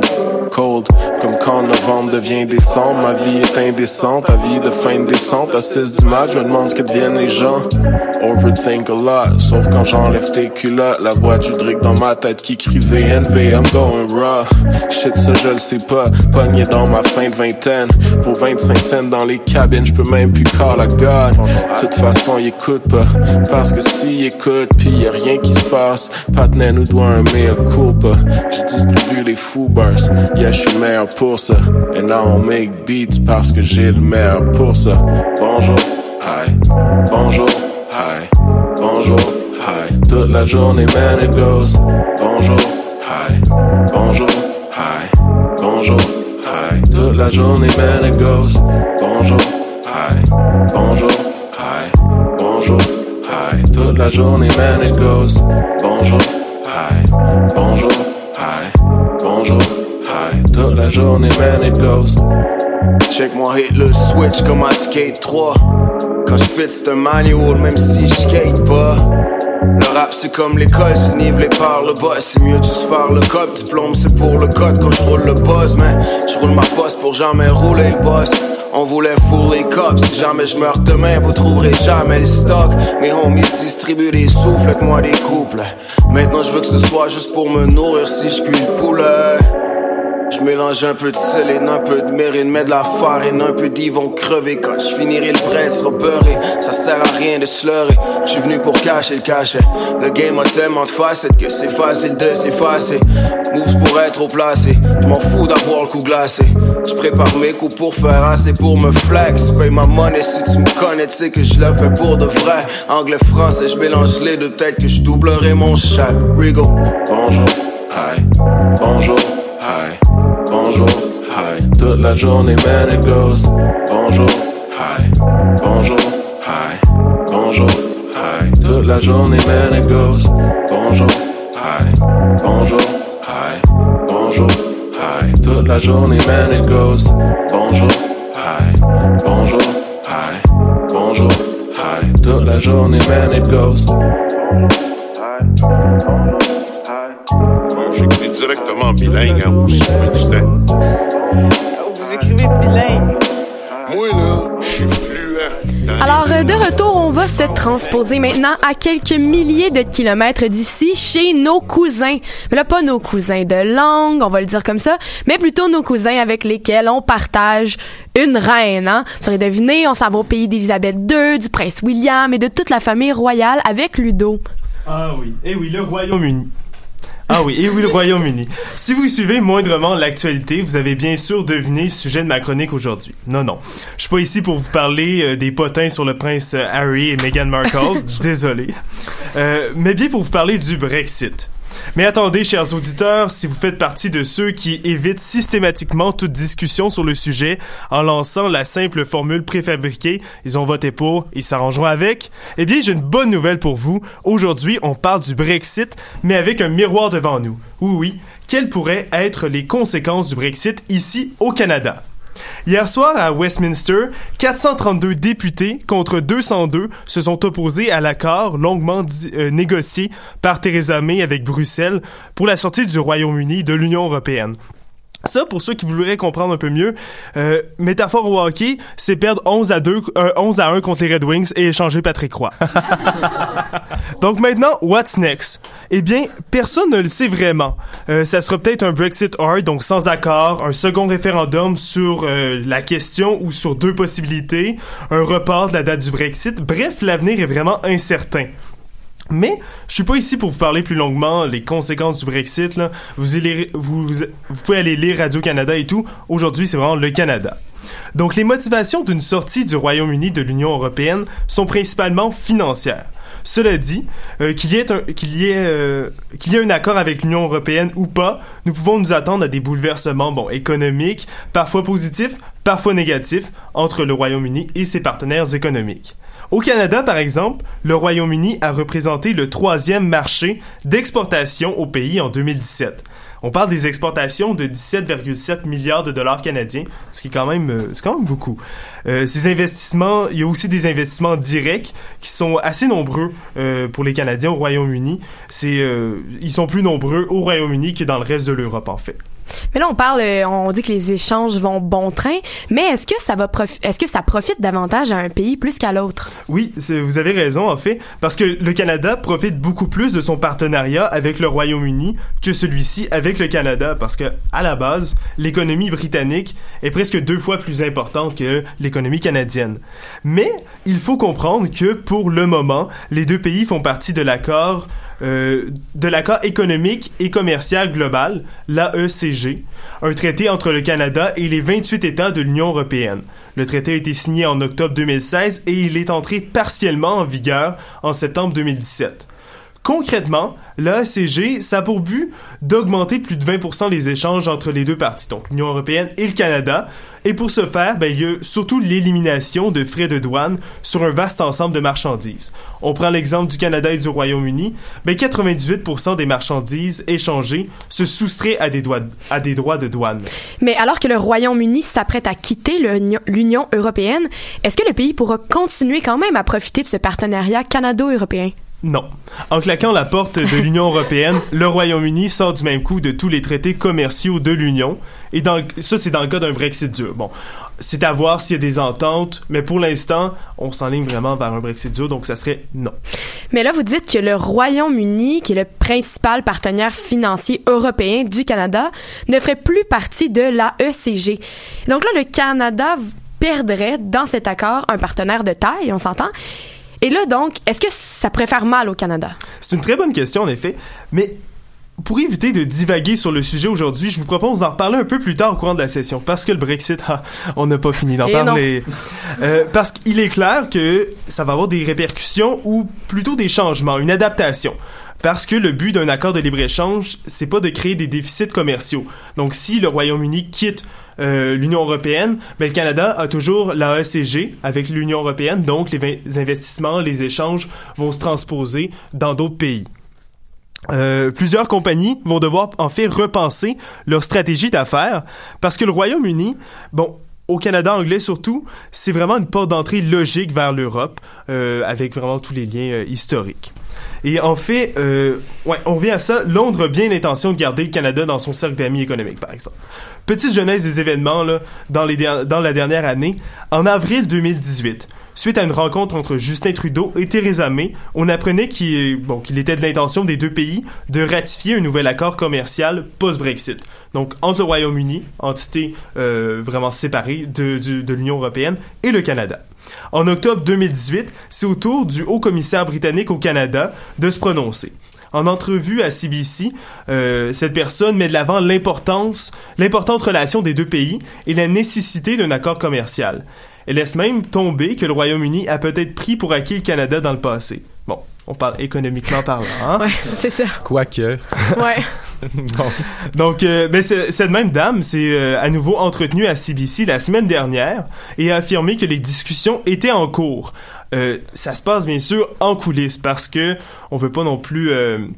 cold. Comme quand novembre devient décembre, ma vie est indécente, ta vie de fin de descente. À 6 du match, je me demande ce que deviennent les gens. Overthink a lot, sauf quand j'enlève tes culottes. La voix du Drake dans ma tête qui crie VNV, I'm going raw. Shit, ça je le sais pas, pogné dans ma fin de vingtaine. Pour 25 cents dans les cabines, je peux même plus call à God. De toute façon, il écoute pas, parce que s'il écoute, pis y'a rien qui se passe. Patnen nous doit un mea culpa. Je distribue les foo bars, yeah, je suis meilleur pour ça. And now on make beats parce que j'ai le meilleur pour ça. Bonjour, hi, bonjour, hi, bonjour, hi. Toute la journée, man, it goes. Bonjour, hi, bonjour, hi, bonjour, hi. Toute la journée, man, it goes. Bonjour, hi, bonjour, hi, bonjour, hi. Toute la journée, man, it goes. Bonjour, hi, bonjour, hi, bonjour, hi. Toute la journée, man, it goes. Check moi hit le switch comme à Skate 3. Quand j'pite c'est un manual même si j'skate pas. Le rap c'est comme l'école, c'est nivelé par le boss. C'est mieux de juste faire le cop, diplôme c'est pour le code. Quand j'roule le buzz, mais j'roule ma poste pour jamais rouler le boss. On voulait fourrer les cops, si jamais j'meurs demain, vous trouverez jamais le stock. Mes homies distribuent des sous, faites-moi des couples. Maintenant j'veux que ce soit juste pour me nourrir si j'cuis le poulet. Je mélange un peu de séléne, un peu de mérine, mets de la farine, un peu d'Yves vont crever. Quand je finirai le bread sera beurré, ça sert à rien de se leurrer. Je suis venu pour cacher le cachet. Le game a tellement de facettes que c'est facile de s'effacer. Moves pour être au placé, je m'en fous d'avoir le cou glacé. Je prépare mes coups pour faire assez pour me flex. Paye ma monnaie si tu me connais, tu sais que je le fais pour de vrai. Anglais, français, je mélange les deux, peut-être que je doublerai mon chèque. Rigo. Bonjour, hi, bonjour, hi. Bonjour, hi. Toute la journée, man, it goes. Bonjour, hi. Bonjour, hi. Bonjour, hi. Toute la journée, man, it goes. Bonjour, hi. Bonjour, hi. Bonjour, hi. Toute la journée, man, it goes. Bonjour, hi. Bonjour, hi. Bonjour, hi. Toute la journée, man, it goes. J'écris directement bilingue, hein, pour sauver du temps. Vous écrivez bilingue? Moi, là, je suis fluent. Alors, de retour, on va se transposer maintenant à quelques milliers de kilomètres d'ici, chez nos cousins. Mais là, pas nos cousins de langue, on va le dire comme ça, mais plutôt nos cousins avec lesquels on partage une reine, hein. Vous aurez deviné, on s'en va au pays d'Élisabeth II, du prince William et de toute la famille royale avec Ludo. Ah oui, et oui, le Royaume-Uni. Ah oui, et oui, le Royaume-Uni. Si vous suivez moindrement l'actualité, vous avez bien sûr deviné le sujet de ma chronique aujourd'hui. Non. Je suis pas ici pour vous parler des potins sur le prince Harry et Meghan Markle. Désolé. Mais bien pour vous parler du Brexit. Mais attendez, chers auditeurs, si vous faites partie de ceux qui évitent systématiquement toute discussion sur le sujet en lançant la simple formule préfabriquée « ils ont voté pour, ils s'arrangeront avec », eh bien, j'ai une bonne nouvelle pour vous. Aujourd'hui, on parle du Brexit, mais avec un miroir devant nous. Oui, quelles pourraient être les conséquences du Brexit ici au Canada? Hier soir, à Westminster, 432 députés contre 202 se sont opposés à l'accord longuement négocié par Theresa May avec Bruxelles pour la sortie du Royaume-Uni de l'Union européenne. Ça, pour ceux qui voudraient comprendre un peu mieux, métaphore au hockey, c'est perdre 11 à 1 contre les Red Wings et échanger Patrick Roy. Donc maintenant, what's next? Eh bien, personne ne le sait vraiment. Ça sera peut-être un Brexit hard, donc sans accord, un second référendum sur la question ou sur deux possibilités, un report de la date du Brexit. Bref, l'avenir est vraiment incertain. Mais je suis pas ici pour vous parler plus longuement les conséquences du Brexit. Là. Vous pouvez aller lire Radio-Canada et tout. Aujourd'hui, c'est vraiment le Canada. Donc, les motivations d'une sortie du Royaume-Uni de l'Union européenne sont principalement financières. Cela dit, qu'il y ait un accord avec l'Union européenne ou pas, nous pouvons nous attendre à des bouleversements économiques, parfois positifs, parfois négatifs, entre le Royaume-Uni et ses partenaires économiques. Au Canada, par exemple, le Royaume-Uni a représenté le 3e marché d'exportation au pays en 2017. On parle des exportations de 17,7 milliards de dollars canadiens, ce qui est quand même beaucoup. Ces investissements, il y a aussi des investissements directs qui sont assez nombreux pour les Canadiens au Royaume-Uni. Ils sont plus nombreux au Royaume-Uni que dans le reste de l'Europe, en fait. Mais là, on dit que les échanges vont bon train, mais est-ce que ça profite davantage à un pays plus qu'à l'autre? Oui, vous avez raison, en fait, parce que le Canada profite beaucoup plus de son partenariat avec le Royaume-Uni que celui-ci avec le Canada, parce que, à la base, l'économie britannique est presque 2 fois plus importante que l'économie canadienne. Mais, il faut comprendre que, pour le moment, les deux pays font partie de l'accord économique et commercial global, l'AECG, un traité entre le Canada et les 28 États de l'Union européenne. Le traité a été signé en octobre 2016 et il est entré partiellement en vigueur en septembre 2017. Concrètement, l'AECG, ça a pour but d'augmenter plus de 20% les échanges entre les deux parties, donc l'Union européenne et le Canada. Et pour ce faire, il y a surtout l'élimination de frais de douane sur un vaste ensemble de marchandises. On prend l'exemple du Canada et du Royaume-Uni, 98% des marchandises échangées se soustraient à des droits de douane. Mais alors que le Royaume-Uni s'apprête à quitter l'Union européenne, est-ce que le pays pourra continuer quand même à profiter de ce partenariat canado-européen? Non. En claquant la porte de l'Union européenne, le Royaume-Uni sort du même coup de tous les traités commerciaux de l'Union. Et ça, c'est dans le cas d'un Brexit dur. Bon, c'est à voir s'il y a des ententes, mais pour l'instant, on s'enligne vraiment vers un Brexit dur, donc ça serait non. Mais là, vous dites que le Royaume-Uni, qui est le principal partenaire financier européen du Canada, ne ferait plus partie de l'AECG. Donc là, le Canada perdrait dans cet accord un partenaire de taille, on s'entend. Et là, donc, est-ce que ça pourrait faire mal au Canada? C'est une très bonne question, en effet. Mais pour éviter de divaguer sur le sujet aujourd'hui, je vous propose d'en reparler un peu plus tard au courant de la session. Parce que le Brexit, on n'a pas fini d'en parler. Parce qu'il est clair que ça va avoir des répercussions ou plutôt des changements, une adaptation. Parce que le but d'un accord de libre-échange, c'est pas de créer des déficits commerciaux. Donc, si le Royaume-Uni quitte l'Union européenne, le Canada a toujours l'AECG avec l'Union européenne, donc les investissements, les échanges vont se transposer dans d'autres pays. Plusieurs compagnies vont devoir en fait repenser leur stratégie d'affaires parce que le Royaume-Uni, au Canada anglais surtout, c'est vraiment une porte d'entrée logique vers l'Europe avec vraiment tous les liens historiques. Et en fait, on vient à ça, Londres a bien l'intention de garder le Canada dans son cercle d'amis économiques, par exemple. Petite genèse des événements là, dans la dernière année, en avril 2018, suite à une rencontre entre Justin Trudeau et Theresa May, on apprenait qu'il était de l'intention des deux pays de ratifier un nouvel accord commercial post-Brexit. Donc, entre le Royaume-Uni, entité vraiment séparée de l'Union européenne, et le Canada. En octobre 2018, c'est au tour du haut-commissaire britannique au Canada de se prononcer. En entrevue à CBC, cette personne met de l'avant l'importante relation des deux pays et la nécessité d'un accord commercial. Elle laisse même tomber que le Royaume-Uni a peut-être pris pour acquis le Canada dans le passé. Bon, on parle économiquement parlant, hein? Ouais, c'est ça. Quoique. Ouais. Donc, cette même dame s'est à nouveau entretenue à CBC la semaine dernière et a affirmé que les discussions étaient en cours. Ça se passe bien sûr en coulisses parce que on veut pas non plus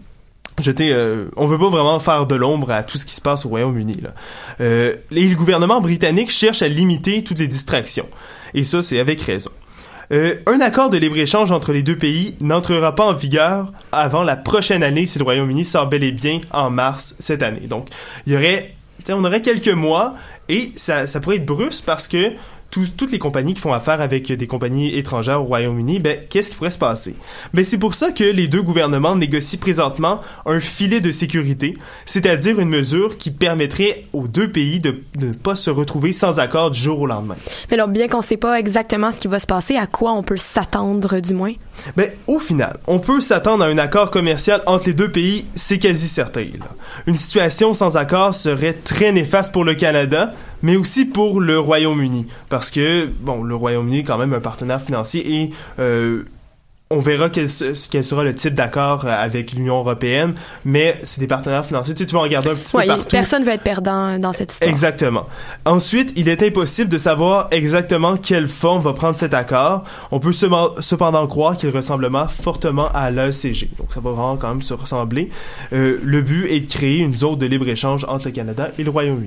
on veut pas vraiment faire de l'ombre à tout ce qui se passe au Royaume-Uni, là. Le gouvernement britannique cherche à limiter toutes les distractions. Et ça, c'est avec raison. Un accord de libre-échange entre les deux pays n'entrera pas en vigueur avant la prochaine année si le Royaume-Uni sort bel et bien en mars cette année. Donc, on aurait quelques mois et ça pourrait être brusque parce que toutes les compagnies qui font affaire avec des compagnies étrangères au Royaume-Uni, qu'est-ce qui pourrait se passer? C'est pour ça que les deux gouvernements négocient présentement un filet de sécurité, c'est-à-dire une mesure qui permettrait aux deux pays de ne pas se retrouver sans accord du jour au lendemain. Mais alors, bien qu'on ne sait pas exactement ce qui va se passer, à quoi on peut s'attendre du moins? Au final, on peut s'attendre à un accord commercial entre les deux pays, c'est quasi certain, là. Une situation sans accord serait très néfaste pour le Canada, mais aussi pour le Royaume-Uni, parce que, le Royaume-Uni est quand même un partenaire financier et on verra quel sera le type d'accord avec l'Union européenne, mais c'est des partenaires financiers. Tu vas en regarder un petit peu partout. Personne ne veut être perdant dans cette histoire. Exactement. Ensuite, il est impossible de savoir exactement quelle forme va prendre cet accord. On peut cependant croire qu'il ressemblera fortement à l'AECG. Donc, ça va vraiment quand même se ressembler. Le but est de créer une zone de libre-échange entre le Canada et le Royaume-Uni.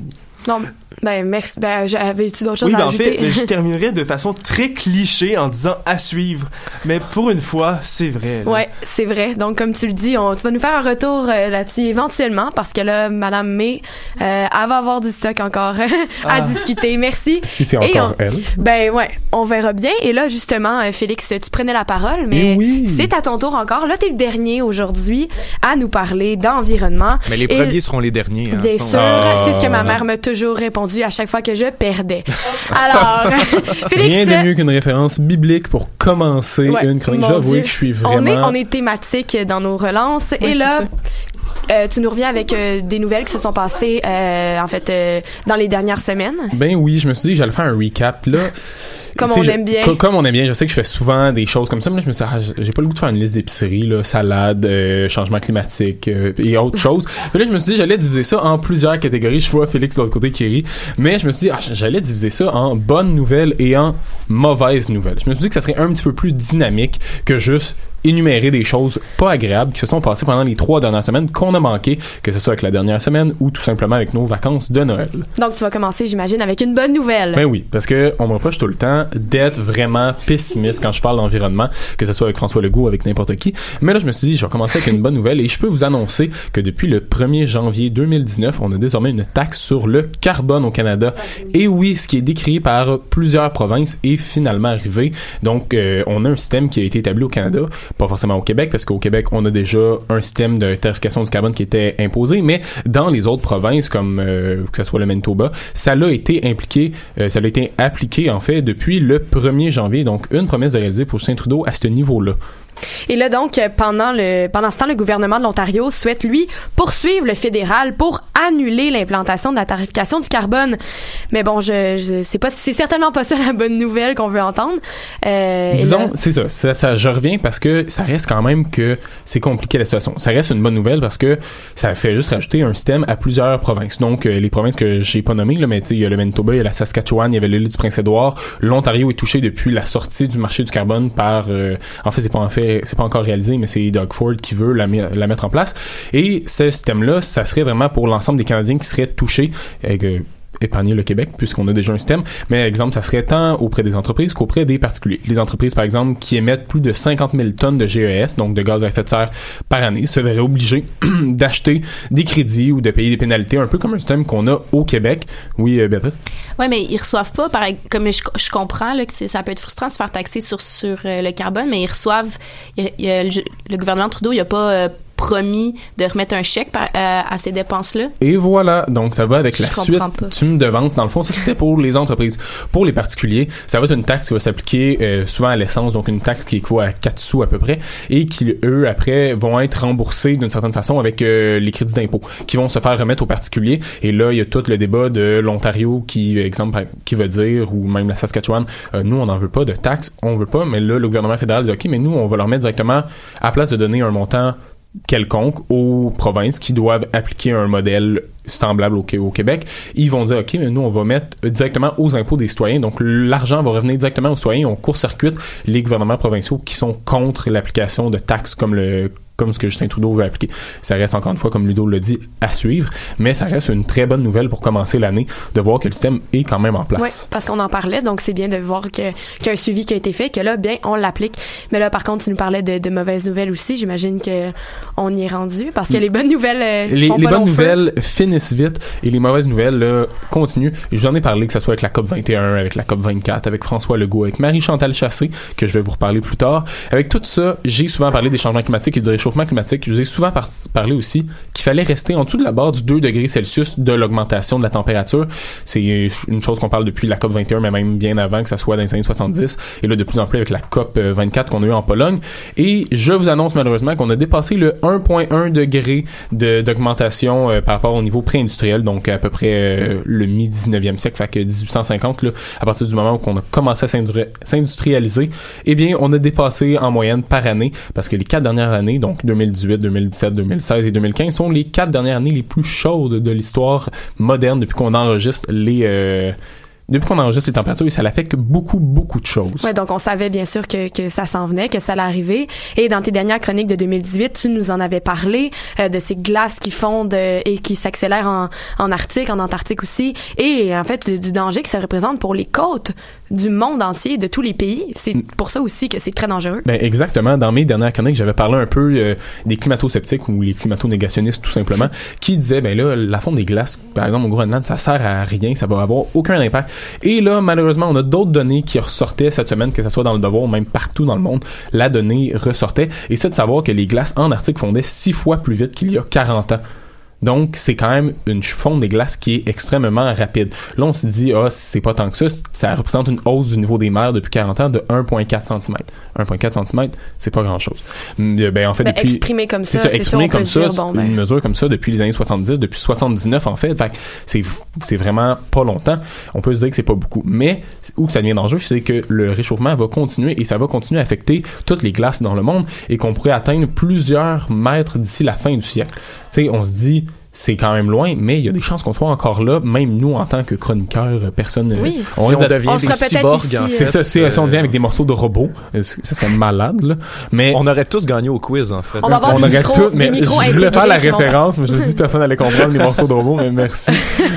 Non, merci. Avais-tu d'autres choses à ajouter? En fait, je terminerai de façon très cliché en disant à suivre. Mais pour une fois, c'est vrai. Là. Ouais, c'est vrai. Donc, comme tu le dis, tu vas nous faire un retour là-dessus éventuellement parce que là, Madame May, elle va avoir du stock encore à discuter. Merci. Si c'est encore elle. On verra bien. Et là, justement, Félix, tu prenais la parole, mais c'est à ton tour encore. Là, t'es le dernier aujourd'hui à nous parler d'environnement. Mais les premiers seront les derniers. Hein, bien sûr, c'est ce que ma mère m'a toujours répondu à chaque fois que je perdais. Alors, Félix... Rien de mieux qu'une référence biblique pour commencer une chronique. J'avoue que je suis vraiment... On est thématique dans nos relances. Oui, et là... tu nous reviens avec des nouvelles qui se sont passées dans les dernières semaines. Ben oui, je me suis dit que j'allais faire un recap là. Comme on aime bien. Comme on aime bien. Je sais que je fais souvent des choses comme ça, mais là, je me suis dit, j'ai pas le goût de faire une liste d'épicerie, là, salade, changement climatique et autres choses. Puis là, je me suis dit, j'allais diviser ça en plusieurs catégories. Je vois Félix de l'autre côté qui rit. Mais je me suis dit, j'allais diviser ça en bonnes nouvelles et en mauvaises nouvelles. Je me suis dit que ça serait un petit peu plus dynamique que juste énumérer des choses pas agréables qui se sont passées pendant les 3 dernières semaines qu'on a manqué, que ce soit avec la dernière semaine ou tout simplement avec nos vacances de Noël. Donc, tu vas commencer, j'imagine, avec une bonne nouvelle. Ben oui, parce que on me reproche tout le temps d'être vraiment pessimiste quand je parle d'environnement, que ce soit avec François Legault ou avec n'importe qui. Mais là, je me suis dit, je vais commencer avec une bonne nouvelle et je peux vous annoncer que depuis le 1er janvier 2019, on a désormais une taxe sur le carbone au Canada. Et oui, ce qui est décrié par plusieurs provinces est finalement arrivé. Donc, on a un système qui a été établi au Canada, pas forcément au Québec, parce qu'au Québec, on a déjà un système de tarification du carbone qui était imposé, mais dans les autres provinces, comme que ce soit le Manitoba, ça l'a été appliqué en fait depuis le 1er janvier, donc une promesse de réaliser pour Justin Trudeau à ce niveau-là. Et là, donc, pendant ce temps, le gouvernement de l'Ontario souhaite, lui, poursuivre le fédéral pour annuler l'implantation de la tarification du carbone. Mais bon, c'est certainement pas ça la bonne nouvelle qu'on veut entendre. Disons, c'est ça, je reviens parce que ça reste quand même que c'est compliqué la situation. Ça reste une bonne nouvelle parce que ça fait juste rajouter un système à plusieurs provinces. Donc, les provinces que j'ai pas nommées, là, mais tu sais, il y a le Manitoba, il y a la Saskatchewan, il y avait l'île du Prince-Édouard. L'Ontario est touché depuis la sortie du marché du carbone par, c'est pas encore réalisé, mais c'est Doug Ford qui veut la mettre en place. Et ce système-là, ça serait vraiment pour l'ensemble des Canadiens qui seraient touchés, épargner le Québec, puisqu'on a déjà un système. Mais, exemple, ça serait tant auprès des entreprises qu'auprès des particuliers. Les entreprises, par exemple, qui émettent plus de 50 000 tonnes de GES, donc de gaz à effet de serre par année, se verraient obligés d'acheter des crédits ou de payer des pénalités, un peu comme un système qu'on a au Québec. Oui, Béatrice? Oui, mais ils reçoivent pas, comme je comprends là, que ça peut être frustrant de se faire taxer sur le carbone, mais ils reçoivent, le gouvernement Trudeau, il a pas promis de remettre un chèque à ces dépenses-là. Et voilà, donc ça va avec la suite. Tu me devances. Dans le fond, ça c'était pour les entreprises. Pour les particuliers, ça va être une taxe qui va s'appliquer souvent à l'essence, donc une taxe qui équivaut à 4 sous à peu près, et qui, eux, après, vont être remboursés d'une certaine façon avec les crédits d'impôt, qui vont se faire remettre aux particuliers. Et là, il y a tout le débat de l'Ontario qui va dire, ou même la Saskatchewan, nous, on n'en veut pas de taxes, on veut pas, mais là, le gouvernement fédéral dit, OK, mais nous, on va leur mettre directement, à place de donner un montant quelconque aux provinces qui doivent appliquer un modèle semblable au Québec, ils vont dire, OK, mais nous, on va mettre directement aux impôts des citoyens. Donc, l'argent va revenir directement aux citoyens. On court-circuite les gouvernements provinciaux qui sont contre l'application de taxes comme ce que Justin Trudeau veut appliquer. Ça reste, encore une fois, comme Ludo l'a dit, à suivre, mais ça reste une très bonne nouvelle pour commencer l'année, de voir que le système est quand même en place. Oui, parce qu'on en parlait, donc c'est bien de voir qu'il y a un suivi qui a été fait, que là, bien, on l'applique. Mais là, par contre, tu nous parlais de mauvaises nouvelles aussi. J'imagine qu'on y est rendu, parce que les bonnes nouvelles les bonnes nouvelles finissent vite, et les mauvaises nouvelles là, continuent. Et je vous en ai parlé, que ce soit avec la COP21, avec la COP24, avec François Legault, avec Marie-Chantal Chassé, que je vais vous reparler plus tard. Avec tout ça, j'ai souvent parlé des changements climatiques et du réchauffement climatique. Je vous ai souvent parlé aussi qu'il fallait rester en dessous de la barre du 2 degrés Celsius de l'augmentation de la température. C'est une chose qu'on parle depuis la COP21, mais même bien avant, que ça soit dans les années 70, et là de plus en plus avec la COP24 qu'on a eu en Pologne. Et je vous annonce malheureusement qu'on a dépassé le 1,1 degré d'augmentation par rapport au niveau pré-industriel, donc à peu près le mi-19e siècle, fait que 1850, là, à partir du moment où on a commencé à s'industrialiser, eh bien, on a dépassé en moyenne par année, parce que les 4 dernières années, donc 2018, 2017, 2016 et 2015, sont les 4 dernières années les plus chaudes de l'histoire moderne depuis qu'on enregistre depuis qu'on enregistre les températures, ça affecte beaucoup de choses. Ouais, donc on savait bien sûr que ça s'en venait, que ça allait arriver. Et dans tes dernières chroniques de 2018, tu nous en avais parlé de ces glaces qui fondent et qui s'accélèrent en Arctique, en Antarctique aussi, et en fait du danger que ça représente pour les côtes du monde entier, de tous les pays. C'est pour ça aussi que c'est très dangereux. Ben exactement. Dans mes dernières chroniques, j'avais parlé un peu des climato-sceptiques ou les climato-négationnistes tout simplement, qui disaient ben là, la fonte des glaces, par exemple au Groenland, ça sert à rien, ça va avoir aucun impact. Et là, malheureusement, on a d'autres données qui ressortaient cette semaine, que ce soit dans le Devoir ou même partout dans le monde. La donnée ressortait, et c'est de savoir que les glaces en Arctique fondaient 6 fois plus vite qu'il y a 40 ans. Donc, c'est quand même une fonte des glaces qui est extrêmement rapide. Là, on se dit, c'est pas tant que ça. Ça représente une hausse du niveau des mers depuis 40 ans de 1,4 cm. 1,4 cm, c'est pas grand-chose. Ben, en fait, depuis... Exprimé comme ça, c'est exprimé comme ça, une mesure comme ça depuis les années 70, depuis 79, en fait. Fait que c'est vraiment pas longtemps. On peut se dire que c'est pas beaucoup. Mais, où ça devient dangereux, c'est que le réchauffement va continuer, et ça va continuer à affecter toutes les glaces dans le monde, et qu'on pourrait atteindre plusieurs mètres d'ici la fin du siècle. Tu sais, on se dit, c'est quand même loin, mais il y a des chances qu'on soit encore là, même nous en tant que chroniqueurs, personne. Oui. On devient des cyborgs, en fait. C'est ça, si on devient avec des morceaux de robots, ça serait malade, là. Mais on aurait tous gagné au quiz, en fait. On va avoir des micros je voulais faire la référence, mais je me suis dit personne n'allait comprendre les morceaux de robots, mais merci.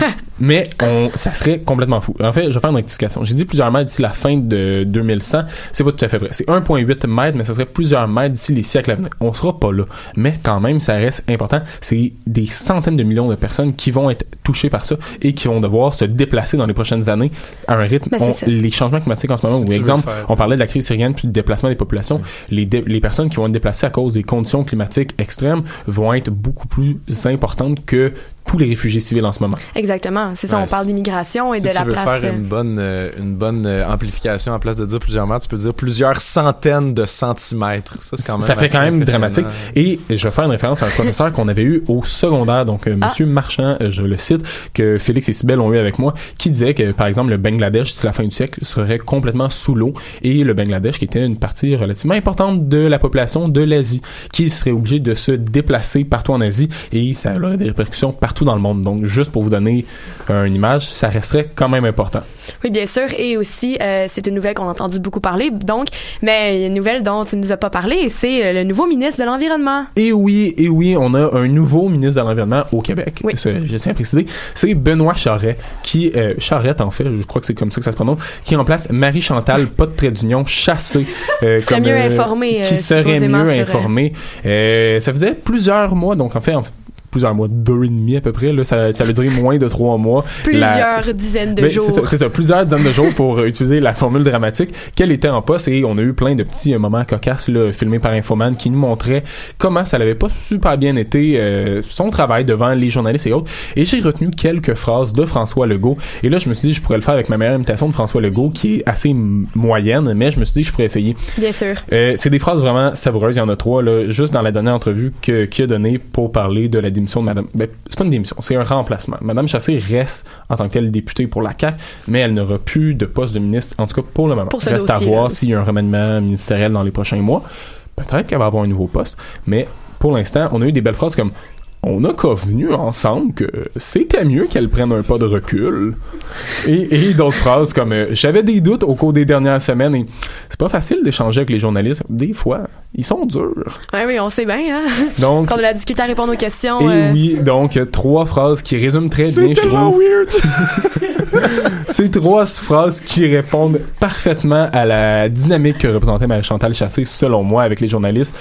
Mais ça serait complètement fou. En fait, je vais faire une rectification. J'ai dit plusieurs mètres d'ici la fin de 2100. C'est pas tout à fait vrai. C'est 1,8 mètres, mais ça serait plusieurs mètres d'ici les siècles à venir. On sera pas là. Mais quand même, ça reste important. C'est des centaines de millions de personnes qui vont être touchées par ça et qui vont devoir se déplacer dans les prochaines années à un rythme. Les changements climatiques en ce moment, exemple, on parlait de la crise syrienne puis du déplacement des populations. Les personnes qui vont être déplacées à cause des conditions climatiques extrêmes vont être beaucoup plus importantes que tous les réfugiés civils en ce moment. Exactement. C'est ça, on parle d'immigration et de la place... Si tu veux faire une bonne amplification, en place de dire plusieurs mètres, tu peux dire plusieurs centaines de centimètres. Ça, c'est quand même ça fait quand même dramatique. Et je vais faire une référence à un professeur qu'on avait eu au secondaire, donc Monsieur Marchand, je le cite, que Félix et Cybèle ont eu avec moi, qui disait que, par exemple, le Bangladesh, d'ici la fin du siècle, serait complètement sous l'eau, et le Bangladesh, qui était une partie relativement importante de la population de l'Asie, qui serait obligé de se déplacer partout en Asie, et ça aurait des répercussions partout dans le monde. Donc, juste pour vous donner une image, ça resterait quand même important. Oui, bien sûr. Et aussi, c'est une nouvelle qu'on a entendu beaucoup parler, donc, mais une nouvelle dont tu ne nous as pas parlé, c'est le nouveau ministre de l'Environnement. Et oui, on a un nouveau ministre de l'Environnement au Québec. Oui. Je tiens à préciser. C'est Benoît Charette, Charette, en fait, je crois que c'est comme ça que ça se prononce, qui remplace Marie-Chantal, pas de trait d'union, Chassé. Qui serait mieux informé. Qui serait mieux informé. Ça faisait plusieurs mois, donc en fait, plusieurs mois, 2,5 à peu près, là, ça a duré moins de 3 mois. Plusieurs dizaines de jours. C'est ça, plusieurs dizaines de jours pour utiliser la formule dramatique qu'elle était en poste, et on a eu plein de petits moments cocasses là, filmés par Infoman qui nous montraient comment ça n'avait pas super bien été son travail devant les journalistes et autres. Et j'ai retenu quelques phrases de François Legault, et là je me suis dit je pourrais le faire avec ma meilleure imitation de François Legault qui est assez moyenne, mais je me suis dit je pourrais essayer. Bien sûr. C'est des phrases vraiment savoureuses, il y en a 3 là, juste dans la dernière entrevue qu'il a donnée pour parler de la démission de Madame... Ben, c'est pas une démission, c'est un remplacement. Madame Chassé reste en tant que telle députée pour la CAQ, mais elle n'aura plus de poste de ministre, en tout cas pour le moment. Pour ce reste dossier, à voir s'il y a un remaniement ministériel dans les prochains mois. Peut-être qu'elle va avoir un nouveau poste, mais pour l'instant, on a eu des belles phrases comme on a convenu ensemble que c'était mieux qu'elle prenne un pas de recul. Et d'autres phrases comme j'avais des doutes au cours des dernières semaines, et c'est pas facile d'échanger avec les journalistes. Des fois, ils sont durs. Oui, on sait bien, hein? Donc, quand on a discuté à répondre aux questions. Et oui, donc 3 phrases qui résument très bien, je trouve. Weird. C'est 3 phrases qui répondent parfaitement à la dynamique que représentait Marie-Chantal Chassé, selon moi, avec les journalistes.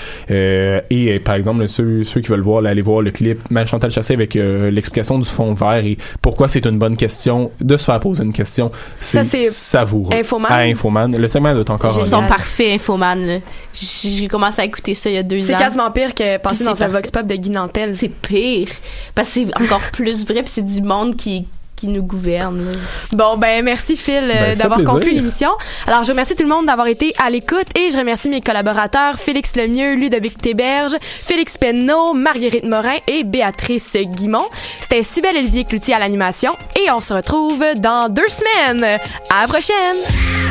Et par exemple, ceux qui veulent voir, là, aller voir le clip Marie-Chantal Chassé avec l'explication du fond vert et pourquoi c'est une bonne question de se faire poser une question. C'est savoureux. Infoman. À Infoman. Le segment doit encore... Ils sont parfaits, Infoman. Là. J'ai commencé à écouter ça il y a 2 ans. C'est quasiment pire que passer dans un vox pop de Guy Nantel. C'est pire. Parce que c'est encore plus vrai, puis c'est du monde qui nous gouverne. Bon, ben merci Phil d'avoir conclu l'émission. Alors, je remercie tout le monde d'avoir été à l'écoute et je remercie mes collaborateurs Félix Lemieux, Ludovic Théberge, Félix Penneau, Marguerite Morin et Béatrice Guimont. C'était Cybèle Olivier Cloutier à l'animation et on se retrouve dans 2 semaines. À la prochaine!